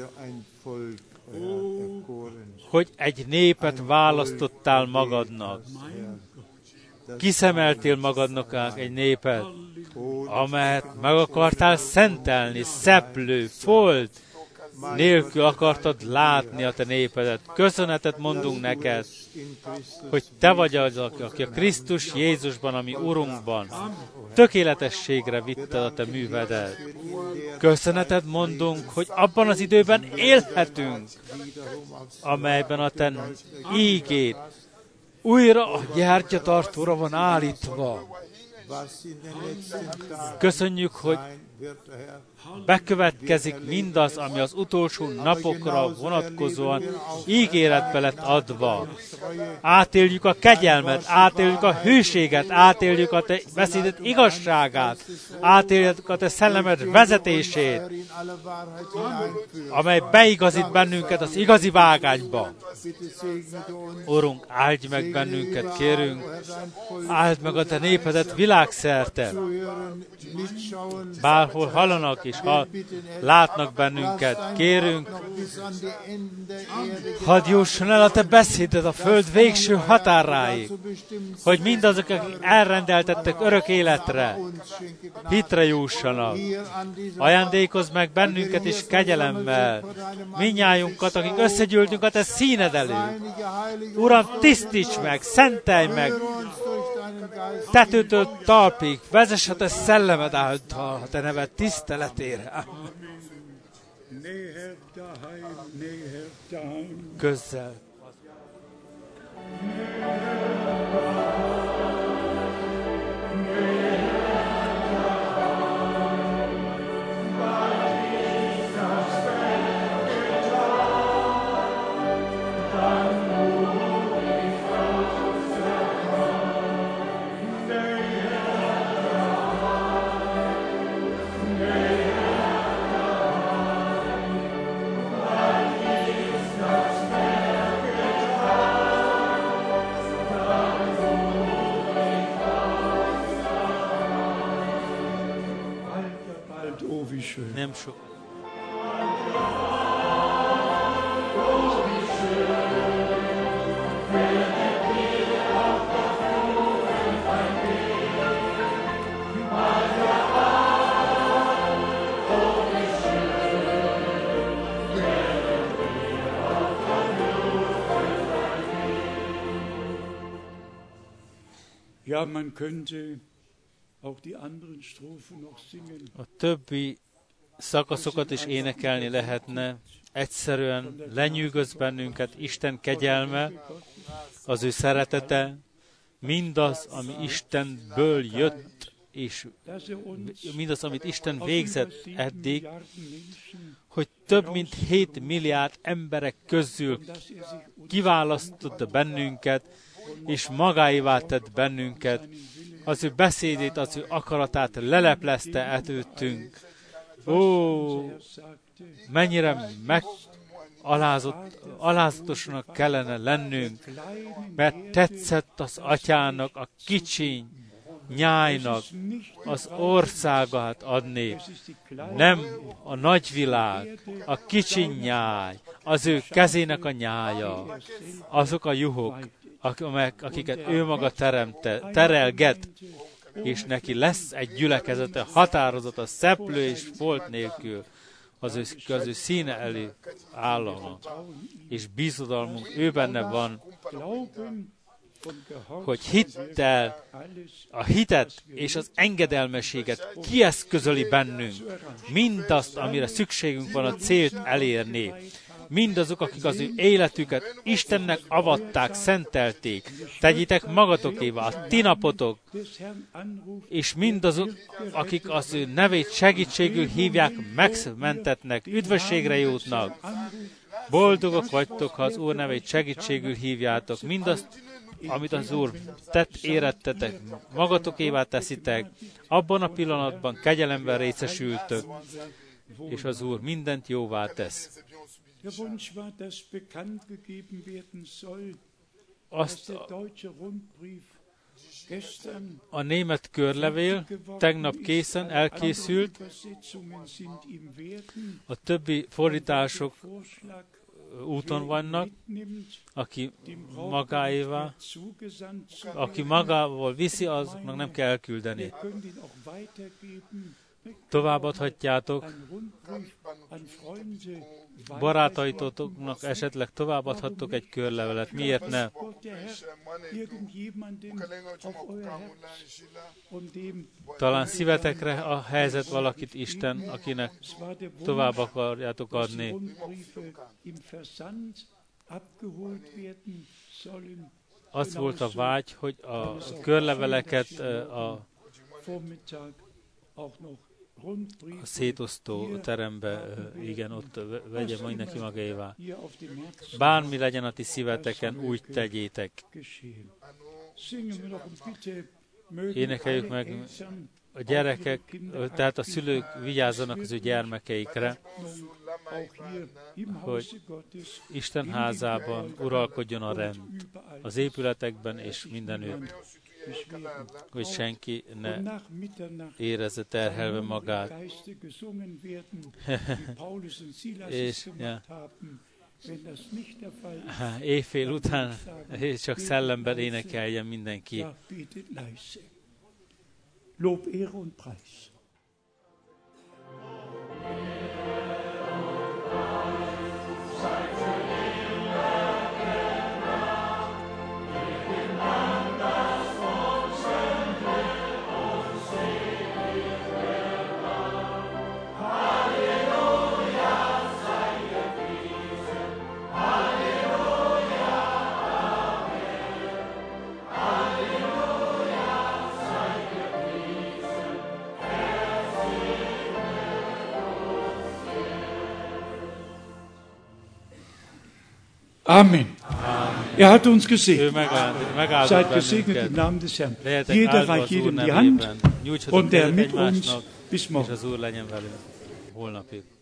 Speaker 1: hogy egy népet választottál magadnak. Kiszemeltél magadnak egy népet, amelyet meg akartál szentelni, szeplő, folt, nélkül akartad látni a te népedet. Köszönetet mondunk neked, hogy te vagy az, aki a Krisztus Jézusban, ami Urunkban, tökéletességre vitted a te művedet. Köszönetet mondunk, hogy abban az időben élhetünk, amelyben a te ígéd újra a gyertyatartóra van állítva. Köszönjük, hogy bekövetkezik mindaz, ami az utolsó napokra vonatkozóan ígéretbe lett adva. Átéljük a kegyelmet, átéljük a hűséget, átéljük a te beszédet igazságát, átéljük a te szellemed vezetését, amely beigazít bennünket az igazi vágányba. Urunk, áldj meg bennünket, kérünk, áld meg a te népedet világszerte. Bárhol hallanak és látnak bennünket, kérünk, hadd jusson el a te beszéded a föld végső határáig, hogy mindazok, akik elrendeltettek örök életre, hitre jussanak. Ajándékozz meg bennünket is kegyelemmel, mindnyájunkat, akik összegyűltünk a te színed előtt. Uram, tisztíts meg, szentelj meg, tetőtől talpig, vezess a te szellemed által, a te neved tiszteletére. Közel. Nem sok.
Speaker 2: Ja, man könnte auch die anderen Strophen noch singen.
Speaker 1: A többi szakaszokat is énekelni lehetne. Egyszerűen lenyűgöz bennünket Isten kegyelme, az ő szeretete, mindaz, ami Istenből jött, és mindaz, amit Isten végzett eddig, hogy több mint 7 milliárd emberek közül kiválasztotta bennünket, és magáévá tett bennünket, az ő beszédét, az ő akaratát leleplezte előttünk. Ó, mennyire alázatosnak kellene lennünk, mert tetszett az Atyának a kicsiny nyájnak az országát adni. Nem a nagyvilág, a kicsiny nyáj, az ő kezének a nyája, azok a juhok, akiket ő maga terelget, és neki lesz egy gyülekezete határozata, szeplő és folt nélkül. az ő színe elé állunk, és bízodalmunk ő benne van, hogy hittel, a hitet és az engedelmességet kieszközöli bennünk, mindazt, amire szükségünk van a célt elérni. Mindazok, akik az ő életüket Istennek avatták, szentelték, tegyétek magatokévá a ti napotok, és mindazok, akik az ő nevét segítségül hívják, megmentetnek, üdvösségre jutnak. Boldogok vagytok, ha az Úr nevét segítségül hívjátok, mindazt, amit az Úr tett, érettetek, magatokévá teszitek, abban a pillanatban kegyelemben részesültök, és az Úr mindent jóvá tesz. Azt a német körlevél tegnap készen elkészült, a többi fordítások úton vannak, aki magáévá, aki magával viszi, azoknak nem kell elküldeni. Továbbadhatjátok, barátaitoknak esetleg továbbadhattok egy körlevelet. Miért ne? Talán szívetekre a helyzet valakit Isten, akinek tovább akarjátok adni. Az volt a vágy, hogy a körleveleket a szétosztó terembe, igen, ott vegye mindenki magáévá. Bármi legyen a ti szíveteken, úgy tegyétek. Énekeljük meg, a gyerekek, tehát a szülők vigyázzanak az ő gyermekeikre, hogy Isten házában uralkodjon a rend, az épületekben és mindenütt, hogy senki ne érezze terhelve magát. És éjfél után csak szellemben énekeljen mindenki.
Speaker 2: Lob, Ehre und Preis. Amen. Er hat uns gesegnet. Seid gesegnet im Namen des Herrn. Jeder reicht jedem die Hand und der mit uns bis morgen.